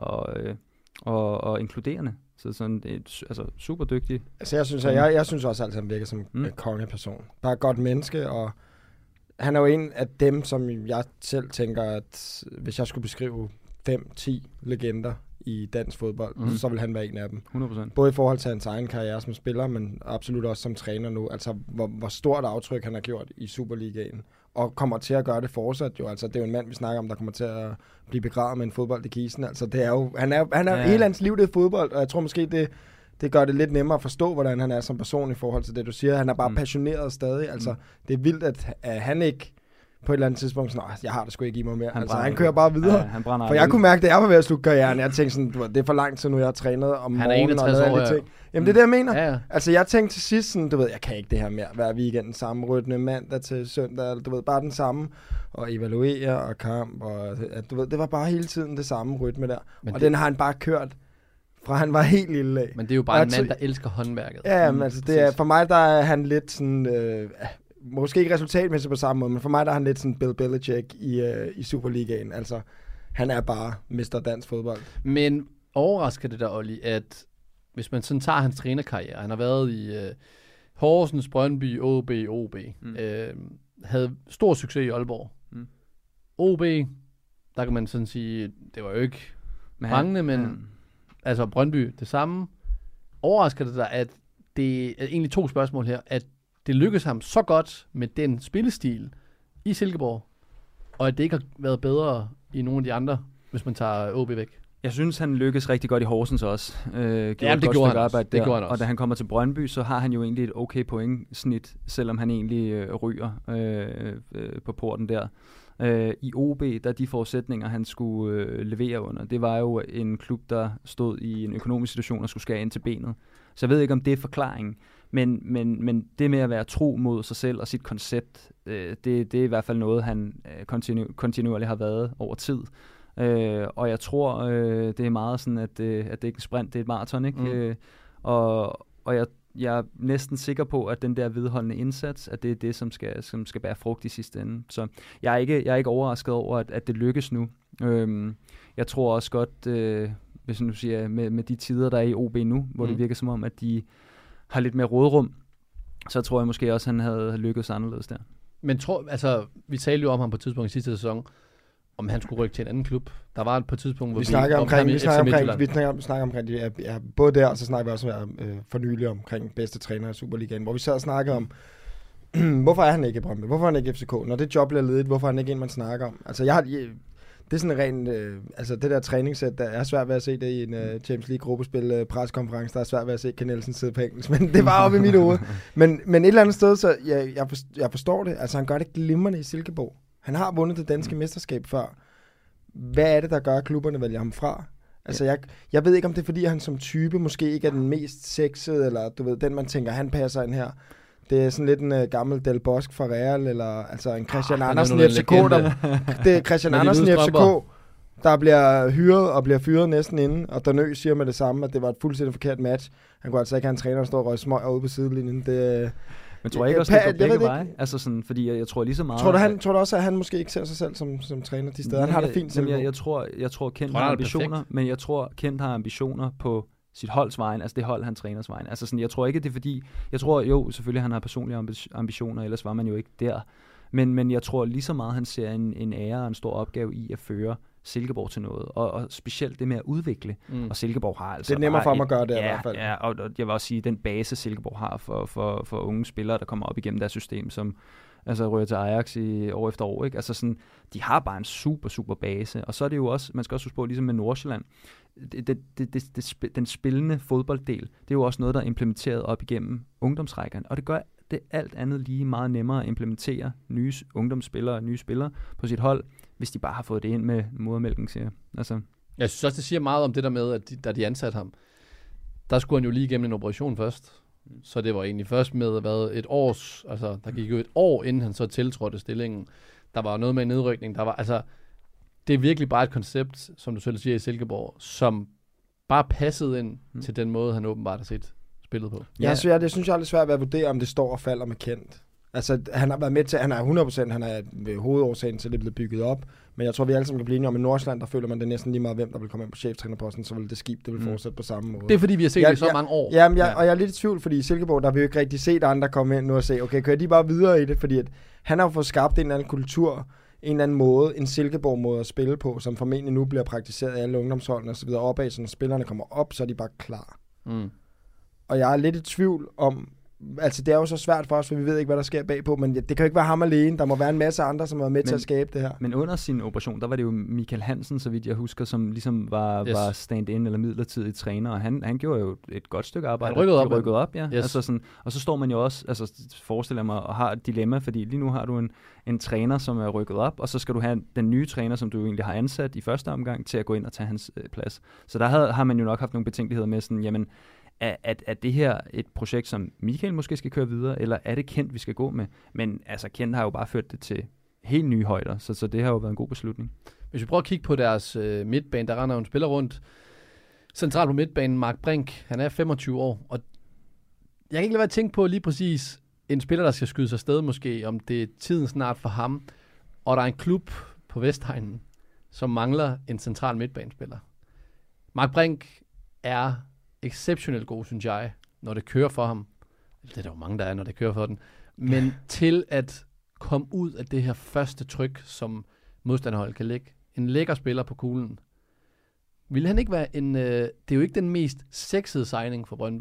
og inkluderende. Så sådan altså super dygtig. Altså jeg synes også altid, at han virker som en kongeperson. Bare et godt menneske, og han er jo en af dem, som jeg selv tænker, at hvis jeg skulle beskrive 5-10 legender i dansk fodbold, så vil han være en af dem. 100%. Både i forhold til hans egen karriere som spiller, men absolut også som træner nu. Altså, hvor stort aftryk han har gjort i Superligaen. Og kommer til at gøre det fortsat jo. Altså, det er jo en mand, vi snakker om, der kommer til at blive begravet med en fodbold i kisten. Altså, det er jo, han er hele hans liv, det er fodbold, og jeg tror måske, det gør det lidt nemmere at forstå, hvordan han er som person i forhold til det, du siger. Han er bare passioneret stadig. Altså, det er vildt, at han ikke på et eller andet tidspunkt sådan, jeg har det sgu ikke i mig mere. Han kører bare videre. Ja, for jeg kunne mærke, at jeg var ved at slutte karrieren. Jeg tænkte sådan, det er for lang tid nu, jeg har trænet om morgenen og alle ting. Jamen det er det, jeg mener. Ja. Altså jeg tænkte til sidst sådan, du ved, jeg kan ikke det her mere. Hver weekend den samme rytme, mandag til søndag, du ved, bare den samme. Og evaluere og kamp, og du ved, det var bare hele tiden det samme rytme der. Men og den har han bare kørt fra han var helt lille af. Men det er jo bare en mand, der elsker håndværket. Ja, men altså det er, for mig der er han lidt sådan... måske ikke resultatmæssigt på samme måde, men for mig der er han lidt sådan Bill Belichick i Superligaen. Altså, han er bare Mr. Dansk fodbold. Men overrasker det der, Olli, at hvis man sådan tager hans trænerkarriere, han har været i Horsens, Brøndby, OB, havde stor succes i Aalborg. OB, der kan man sådan sige, det var jo ikke prangende, men altså Brøndby, det samme. Overrasker det dig, at det er egentlig 2 spørgsmål her, at det lykkedes ham så godt med den spillestil i Silkeborg, og at det ikke har været bedre i nogle af de andre, hvis man tager OB væk. Jeg synes, han lykkedes rigtig godt i Horsens også. Det gjorde han også. Og da han kommer til Brøndby, så har han jo egentlig et okay pointsnit, selvom han egentlig ryger på porten der. I OB, der de forudsætninger, han skulle levere under, det var jo en klub, der stod i en økonomisk situation og skulle skære ind til benet. Så jeg ved ikke, om det er forklaringen. Men det med at være tro mod sig selv og sit koncept, det er i hvert fald noget, han kontinuerligt har været over tid. Og jeg tror, det er meget sådan, at det er ikke en sprint, det er et maraton, ikke? Og jeg er næsten sikker på, at den der vedholdende indsats, at det er det, som skal bære frugt i sidste ende. Så jeg er ikke overrasket over, at det lykkes nu. Jeg tror også godt, hvis nu siger, med de tider, der er i OB nu, hvor det virker som om, at de har lidt mere rådrum, så tror jeg måske også, at han havde lykkedes anderledes der. Men vi talte jo om ham på et tidspunkt i sidste sæson, om han skulle rykke til en anden klub. Der var på et tidspunkt, hvor vi snakker omkring det. Ja, både der, og så snakker vi også for nylig omkring bedste træner i Superligaen, hvor vi sad og snakkede om, hvorfor er han ikke i Brøndby? Hvorfor er han ikke i FCK? Når det job bliver ledigt, hvorfor er han ikke en, man snakker om? Altså, det er sådan rent, det der træningssæt, der er svært ved at se det i en Champions League gruppespil preskonference, der er svært ved at se Ken Nielsen sidde på engelsk, men det var oppe i mit hoved. Men et eller andet sted, så jeg forstår det. Altså, han gør det glimrende i Silkeborg. Han har vundet det danske mesterskab før. Hvad er det, der gør, at klubberne vælger ham fra? Altså, jeg ved ikke, om det er, fordi han som type måske ikke er den mest sexede, eller du ved, den man tænker, han passer ind her. Det er sådan lidt en gammel Del Bosque fra Real, eller altså en Christian Andersen i FCK. Det er Christian Andersen i FCK, der bliver hyret og bliver fyret næsten inden, og Danø siger med det samme, at det var et fuldstændig forkert match. Han kunne altså ikke have en træner, der står og røg smøg ude på sidelinjen. Men tror jeg ikke også, det går begge veje? Altså sådan, fordi jeg tror lige så meget... Tror du også, at han måske ikke ser sig selv som træner de steder? Han har det fint selv. Jeg tror Kent har ambitioner, men jeg tror, Kent har ambitioner på sit holds vejen, altså det hold, han træners vejen. Altså sådan, jeg tror ikke, det er fordi... Jeg tror jo, selvfølgelig han har personlige ambitioner, ellers var man jo ikke der. Men jeg tror lige så meget, han ser en ære og en stor opgave i at føre Silkeborg til noget, og specielt det med at udvikle. Og Silkeborg har altså... Det er nemmere for ham at gøre det i hvert fald. Ja, og jeg vil også sige, den base Silkeborg har for unge spillere, der kommer op igennem deres system, som altså rører til Ajax i år efter år, ikke? Altså sådan, de har bare en super, super base, og så er det jo også, man skal også huske på, ligesom med Nordsjælland, den spillende fodbolddel, det er jo også noget, der er implementeret op igennem ungdomsrækkerne, og det gør det alt andet lige meget nemmere at implementere nye ungdomsspillere og nye spillere på sit hold, hvis de bare har fået det ind med modermælken, siger jeg. Altså. Jeg synes også, det siger meget om det der med, at da de ansatte ham, der skulle han jo lige igennem en operation først. Så det var egentlig først med, der gik jo et år, inden han så tiltrådte stillingen. Der var noget med en nedrykning. Det er virkelig bare et koncept, som du selv siger i Silkeborg, som bare passede ind til den måde, han åbenbart har set spillet på. Ja, så det synes jeg er lidt svært ved at vurdere, om det står og falder med Kent. Altså, han har været med til, han er 100%, han er hovedårsagen til, at det blev bygget op. Men jeg tror, vi alle sammen kan blive enige om, i Nordsjælland, der føler man det næsten lige meget, hvem der vil komme ind på cheftrænerposten, så vil det skib, det vil fortsætte på samme måde. Det er fordi, vi har set det i så mange år. Og jeg er lidt i tvivl, fordi i Silkeborg, der har vi jo ikke rigtig set andre komme ind nu og sige, okay, kører de bare videre i det, fordi at han har jo fået skabt en eller anden kultur, en eller anden måde, en Silkeborg-måde at spille på, som formentlig nu bliver praktiseret af alle ungdomsholdene og så videre opad, så når spillerne kommer op, så er de bare klar. Og jeg er lidt i tvivl om, altså det er jo så svært for os, for vi ved ikke, hvad der sker bagpå, men det kan jo ikke være ham alene. Der må være en masse andre, som er med til at skabe det her. Men under sin operation, der var det jo Michael Hansen, så vidt jeg husker, som ligesom var stand-in eller midlertidig træner, og han gjorde jo et godt stykke arbejde. Han rykkede op, ja. Yes. Altså sådan, og så står man jo også, altså forestiller mig, og har et dilemma, fordi lige nu har du en træner, som er rykket op, og så skal du have den nye træner, som du egentlig har ansat i første omgang, til at gå ind og tage hans plads. Så der har man jo nok haft nogle betænkeligheder med sådan, jamen, er det her et projekt, som Michael måske skal køre videre, eller er det Kent, vi skal gå med? Men altså, Kent har jo bare ført det til helt nye højder, så det har jo været en god beslutning. Hvis vi prøver at kigge på deres midtbane, der render jo en spiller rundt centralt på midtbanen, Mark Brink, han er 25 år, og jeg kan ikke lade være at tænke på lige præcis en spiller, der skal skyde sig afsted måske, om det er tiden snart for ham, og der er en klub på Vestegnen, som mangler en central midtbanespiller. Mark Brink er exceptionelt god, synes jeg, når det kører for ham. Det er der jo mange, der er, når det kører for den. Men til at komme ud af det her første tryk, som modstanderholdet kan lægge. En lækker spiller på kuglen. Vil han ikke være det er jo ikke den mest sexede signing for Brøndby.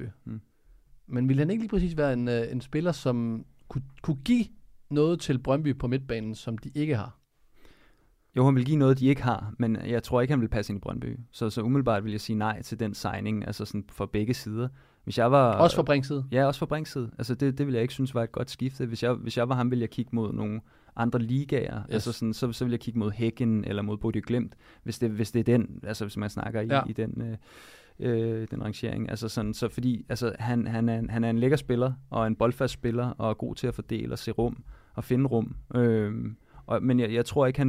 Men vil han ikke lige præcis være en spiller, som kunne give noget til Brøndby på midtbanen, som de ikke har? Jo, han vil give noget, de ikke har, men jeg tror ikke, han vil passe ind i Brøndby. Så umiddelbart vil jeg sige nej til den signing, altså sådan for begge sider. Hvis jeg var, også for Brinks side? Ja, også for Brinks side. Altså det vil jeg ikke synes var et godt skifte. Hvis jeg var ham, ville jeg kigge mod nogle andre ligaer. Yes. Altså sådan, så vil jeg kigge mod Hækken eller mod Bodø Glimt, hvis det er den, altså hvis man snakker i den rangering. Altså sådan, så fordi altså, han er en lækker spiller, og en boldfast spiller, og er god til at fordele og se rum, og finde rum. Men jeg tror ikke,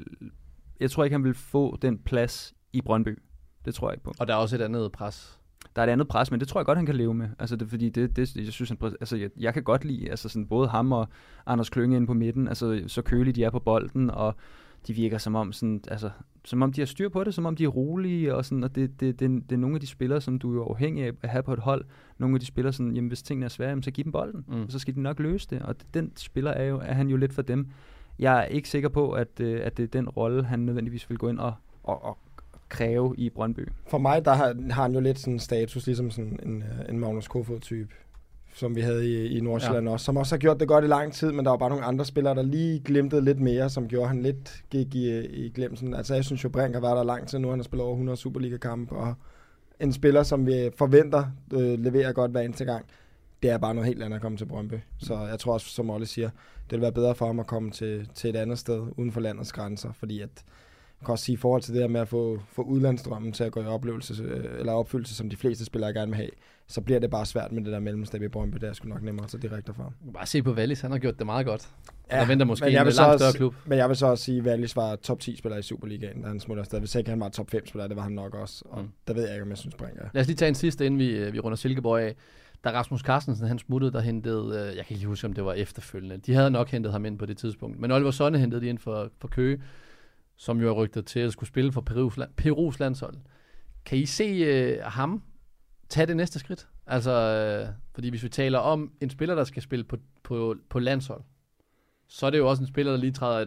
han vil få den plads i Brøndby. Det tror jeg ikke på. Og der er også et andet pres. Der er et andet pres, men det tror jeg godt, han kan leve med. Altså fordi jeg synes, jeg kan godt lide altså sådan, både ham og Anders Klynge inde på midten, altså så kølige de er på bolden, og de virker som om, de har styr på det, som om de er rolige, og, sådan, og det er nogle af de spillere, som du er afhængig af at have på et hold. Nogle af de spillere, sådan, jamen, hvis tingene er svære, så giv dem bolden, og så skal de nok løse det. Og den spiller er han jo lidt for dem. Jeg er ikke sikker på, at det er den rolle, han nødvendigvis vil gå ind og kræve i Brøndby. For mig, der har han jo lidt sådan status, ligesom sådan en Magnus Kofod-type, som vi havde i Nordsjælland også, som også har gjort det godt i lang tid, men der var bare nogle andre spillere, der lige glimtede lidt mere, som gjorde han lidt gik i glemsen. Altså jeg synes jo, Brink har været der lang tid nu, han har spillet over 100 Superliga-kampe, og en spiller, som vi forventer leverer godt hver eneste gang, det er bare noget helt andet at komme til Brøndby. Så jeg tror også, som Olle siger, det vil være bedre for ham at komme til et andet sted, uden for landets grænser, fordi at jeg kan også sige, i forhold til det her med at få udlandsdrømmen til at gå i opfyldelse, som de fleste spillere gerne vil have, så bliver det bare svært med det der mellemstep i Brøndby. Det er sgu nok nemmere at tage direkte fra. Bare se på Wallis, han har gjort det meget godt. Ja, der venter måske en langt større klub. Men jeg vil så også sige, at Wallis var top 10 spiller i Superligaen, da han smutter afsted. Hvis ikke han var top 5 spiller, det var han nok også. Og der ved jeg ikke, om jeg synes, Brink er. Lad os lige tage en sidste, inden vi runder Silkeborg af. Da Rasmus Carstensen, han smuttede, der hentede, jeg kan ikke lige huske, om det var efterfølgende. De havde nok hentet ham ind på det tidspunkt. Men Oliver Sonne hentede de ind for Køge, som jo er rygtet til at skulle spille for Perus landshold. Kan I se ham tage det næste skridt? Altså, fordi hvis vi taler om en spiller, der skal spille på landshold, så er det jo også en spiller, der lige træder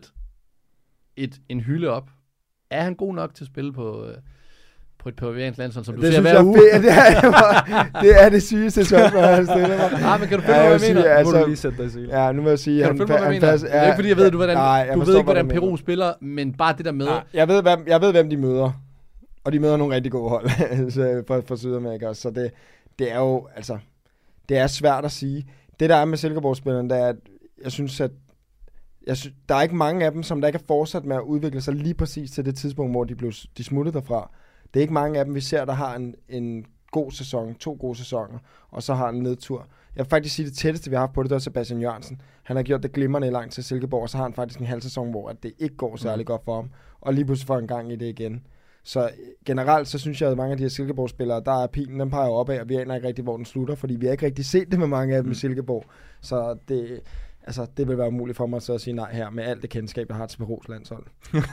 en hylde op. Er han god nok til at spille på et peruviansk landshold, som du ser hver uge? Det er det sygeste spørgsmål, han stiller mig. Ah, men kan du finde hvad jeg mener? Altså, nu må du lige sætte dig i sig. Ja, nu må jeg sige... Kan du finde hvad jeg mener? Det er ikke fordi, jeg ved, du ved ikke, hvordan Peru spiller, men bare det der med... Jeg ved, hvem de møder. Og de møder nogle rigtig gode hold fra Sydamerika også. Så det er jo... Altså, det er svært at sige. Det, der er med Silkeborg-spillerne, det er, at jeg synes, at der er ikke mange af dem, som der ikke er fortsat med at udvikle sig lige præcis til det tidspunkt, hvor de smuttede derfra. Det er ikke mange af dem, vi ser, der har en god sæson, 2 gode sæsoner, og så har en nedtur. Jeg vil faktisk sige, det tætteste, vi har haft på det, der er Sebastian Jørgensen. Han har gjort det glimrende i lang til Silkeborg, og så har han faktisk en halv sæson, hvor det ikke går særlig godt for ham, og lige pludselig får en gang i det igen. Så generelt, så synes jeg, at mange af de her Silkeborg-spillere, der er pilen, den peger opad, og vi aner ikke rigtig, hvor den slutter, fordi vi har ikke rigtig set det med mange af dem i Silkeborg. Så det vil være umuligt for mig så at sige nej her, med alt det kendskab, jeg har til Perus landshold.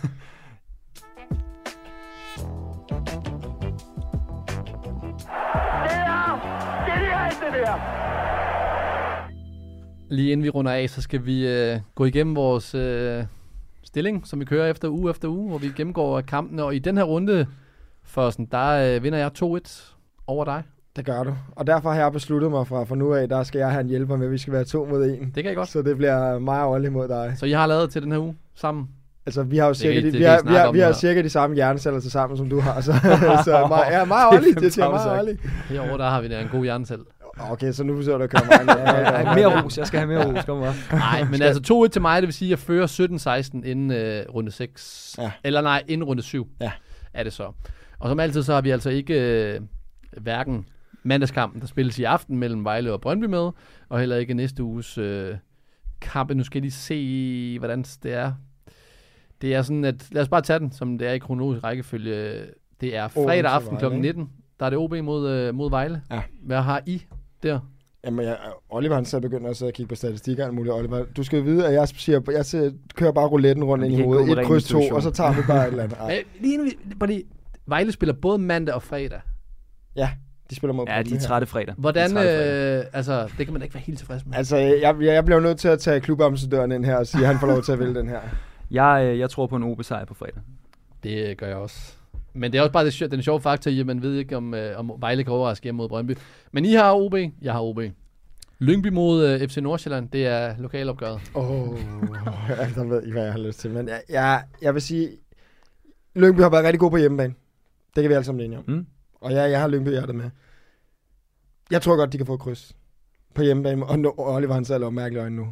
Lige inden vi runder af, så skal vi gå igennem vores stilling, som vi kører efter uge, hvor vi gennemgår kampene. Og i den her runde, der vinder jeg 2-1 over dig. Det gør du. Og derfor har jeg besluttet mig fra nu af, der skal jeg have en hjælper med, at vi skal være 2 mod 1. Det kan jeg godt. Så det bliver mig og Olli mod dig. Så I har lavet til den her uge sammen? Altså, vi har jo cirka de samme hjerneceller til sammen, som du har. Så mig og Olli. Det siger mig og Olli. Herovre, der har vi en god hjernecelle. Okay, så nu forsøger du at køre mig ned. Mere ros. Jeg skal have mere ros. Kom bare. Nej, men altså 2-1 til mig, det vil sige, at jeg fører 17-16 inden runde 6. Ja. Eller nej, inden runde 7 er det så. Og som altid, så har vi altså ikke hverken mandagskampen, der spilles i aften mellem Vejle og Brøndby med, og heller ikke næste uges kampe. Nu skal jeg lige se, hvordan det er. Det er sådan, at lad os bare tage den, som det er i kronologisk rækkefølge. Det er fredag aften kl. 19. Der er det OB mod Vejle. Ja. Hvad har I der? Jamen, Oliver han så begynder at sidde og kigge på statistikker og muligt. Oliver, du skal jo vide, at jeg kører bare rouletten rundt ind i hovedet. 1 kryds 2, og så tager vi bare et eller andet. Lige nu, fordi Vejle spiller både mandag og fredag. Ja, de spiller mod de er trætte fredag. Hvordan, altså, det kan man da ikke være helt tilfreds med. Altså, jeg bliver nødt til at tage klubambassadøren ind her og sige, at han får lov til at vælge den her. Jeg tror på en OB-sejr på fredag. Det gør jeg også. Men det er også bare den sjove faktor i, at man ved ikke, om Vejle kan overraske hjemme mod Brøndby. Men I har OB, jeg har OB. Lyngby mod FC Nordsjælland, det er lokalopgøret. Der ved I, hvad jeg har lyst til. Men jeg vil sige, Lyngby har været rigtig god på hjemmebane. Det kan vi alle sammen enige om. Og jeg har Lyngby hjertet med. Jeg tror godt, de kan få kryds på hjemmebane. Og Oliver han selv er mærkelig øjne nu.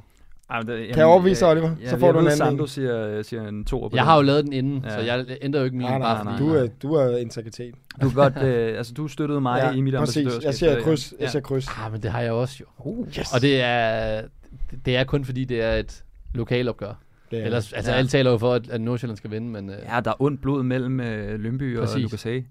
Kan jeg overbevise Oliver? Så får du en anden. Sando siger en 2 på Jeg har jo lavet den inden, så jeg ændrer jo ikke min. Nej. Du er integritet. Du er godt, du støttede mig i mit ambassadørskab. Jeg siger kryds. Men det har jeg også jo. Yes. Og det er kun fordi, det er et lokalopgør. Ellers, alle taler jo for, at Nordsjælland skal vinde, men... Ja, der er ondt blod mellem Lyngby og Lucas Hage.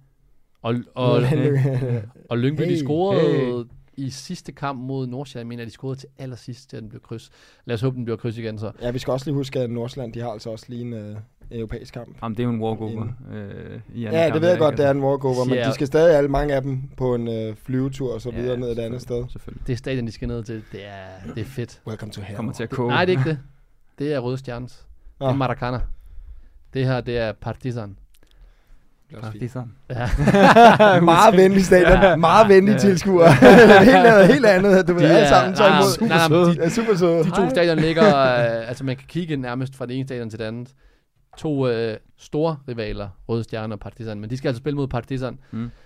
Og Lyngby, de scorede i sidste kamp mod Nordsjælland. Jeg mener, de scorede til allersidst, da den blev kryds. Lad os håbe, den bliver kryds igen så. Ja, vi skal også lige huske, at Nordsjælland, de har altså også lige en europæisk kamp. Jamen, det er jo en walkover. Ja, det ved jeg godt, det er en walkover, men de skal stadig mange af dem på en flyvetur og så videre ned et andet sted. Selvfølgelig. Det stadion, de skal ned til, det er fedt. Welcome to hell. Kommer til at koge. Nej, det er ikke det. Det er Røde Stjernes. Det er Maracana. Det her, det er Partizan. Partizan. Ja. Meget venlig stadion. Meget venlige tilskuere. helt andet. Du vil alle sammen tage imod. De er super søde. De 2 stadion ligger, altså man kan kigge nærmest fra det ene stadion til det andet. 2 store rivaler, Røde Stjerne og Partizan. Men de skal altså spille mod Partizan.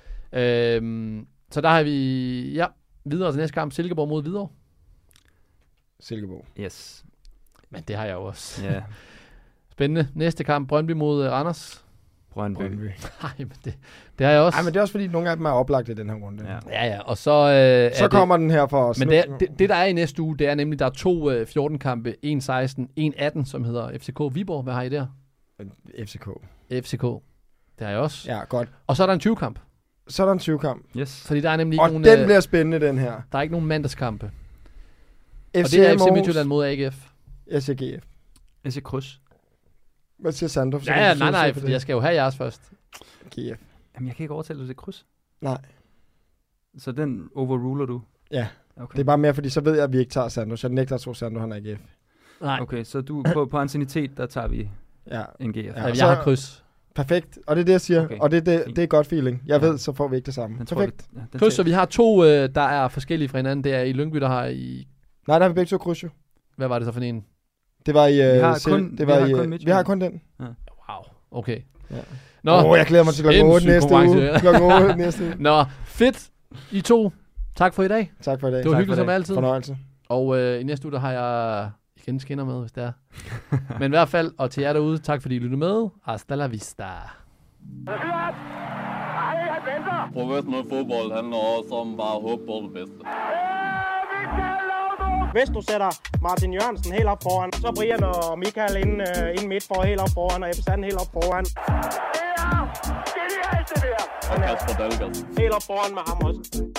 Så der har vi, videre til næste kamp. Silkeborg mod Hvidovre. Silkeborg. Yes. Men det har jeg jo også. Ja. Spændende. Næste kamp, Brøndby mod Randers. Brøndby. Nej, men det har jeg også. Nej, men det er også fordi, nogle af dem er oplagt i den her runde. Ja. Og så... så kommer den her for os. Men det, der er i næste uge, det er nemlig, der er 2 14-kampe. 1-16, 1-18, som hedder FCK Viborg. Hvad har I der? FCK. Det har jeg også. Ja, godt. Og så er der en 20-kamp. Så er der en 20-kamp. Yes. Fordi der er nemlig ikke nogen... Og den bliver spændende, den her. Der er ikke nogen mandagskampe. FC og det er FC Midtjylland mod AGF. Jeg siger GF. Jeg siger kryds. Hvad siger Sandro? Nej, fordi jeg skal jo have jeres først. GF. Jamen, jeg kan ikke overtale, at du siger kryds. Nej. Så den overruler du? Ja. Okay. Det er bare mere, fordi så ved jeg, at vi ikke tager Sandro. Så jeg nægter at tro, Sandro han er GF. Nej. Okay, så du på anciennitet, der tager vi en GF. Ja, jeg har kryds. Perfekt. Og det er det, jeg siger. Okay. Og det er godt feeling. Jeg ved, så får vi ikke det samme. Perfekt. Kryds, så vi har 2, der er forskellige fra hinanden. Det er i Lyngby, der har i... Nej, der har vi begge 2 kryds jo. Hvad var det så for en? Det var i... vi har kun den. Ja. Wow, okay. Ja. Nå, jeg glæder mig til klokken 8 næste uge. Klokken 8 næste uge. Nå, fedt. I 2. Tak for i dag. Tak for i dag. Det var hyggeligt som altid. Fornøjelse. Og i næste uge, der har jeg igen skinner med, hvis det er. Men i hvert fald, og til jer derude, tak fordi I lyttede med. Hasta la vista. Professionel fodbold handler også om bare at håbe på det bedste. Hvis du sætter Martin Jørgensen helt op foran, så Brian og Michael inden midt for helt op foran, og Ebbe Sand helt op foran. Det er alt det der. Og Kasper Dahlgaard. Helt op foran med ham også.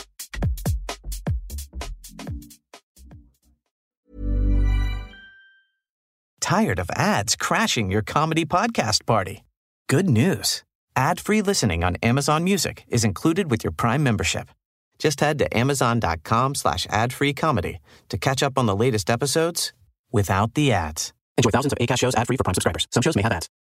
Tired of ads crashing your comedy podcast party? Good news. Ad-free listening on Amazon Music is included with your Prime membership. Just head to amazon.com/ad-free comedy to catch up on the latest episodes without the ads. Enjoy thousands of Acast shows ad-free for Prime subscribers. Some shows may have ads.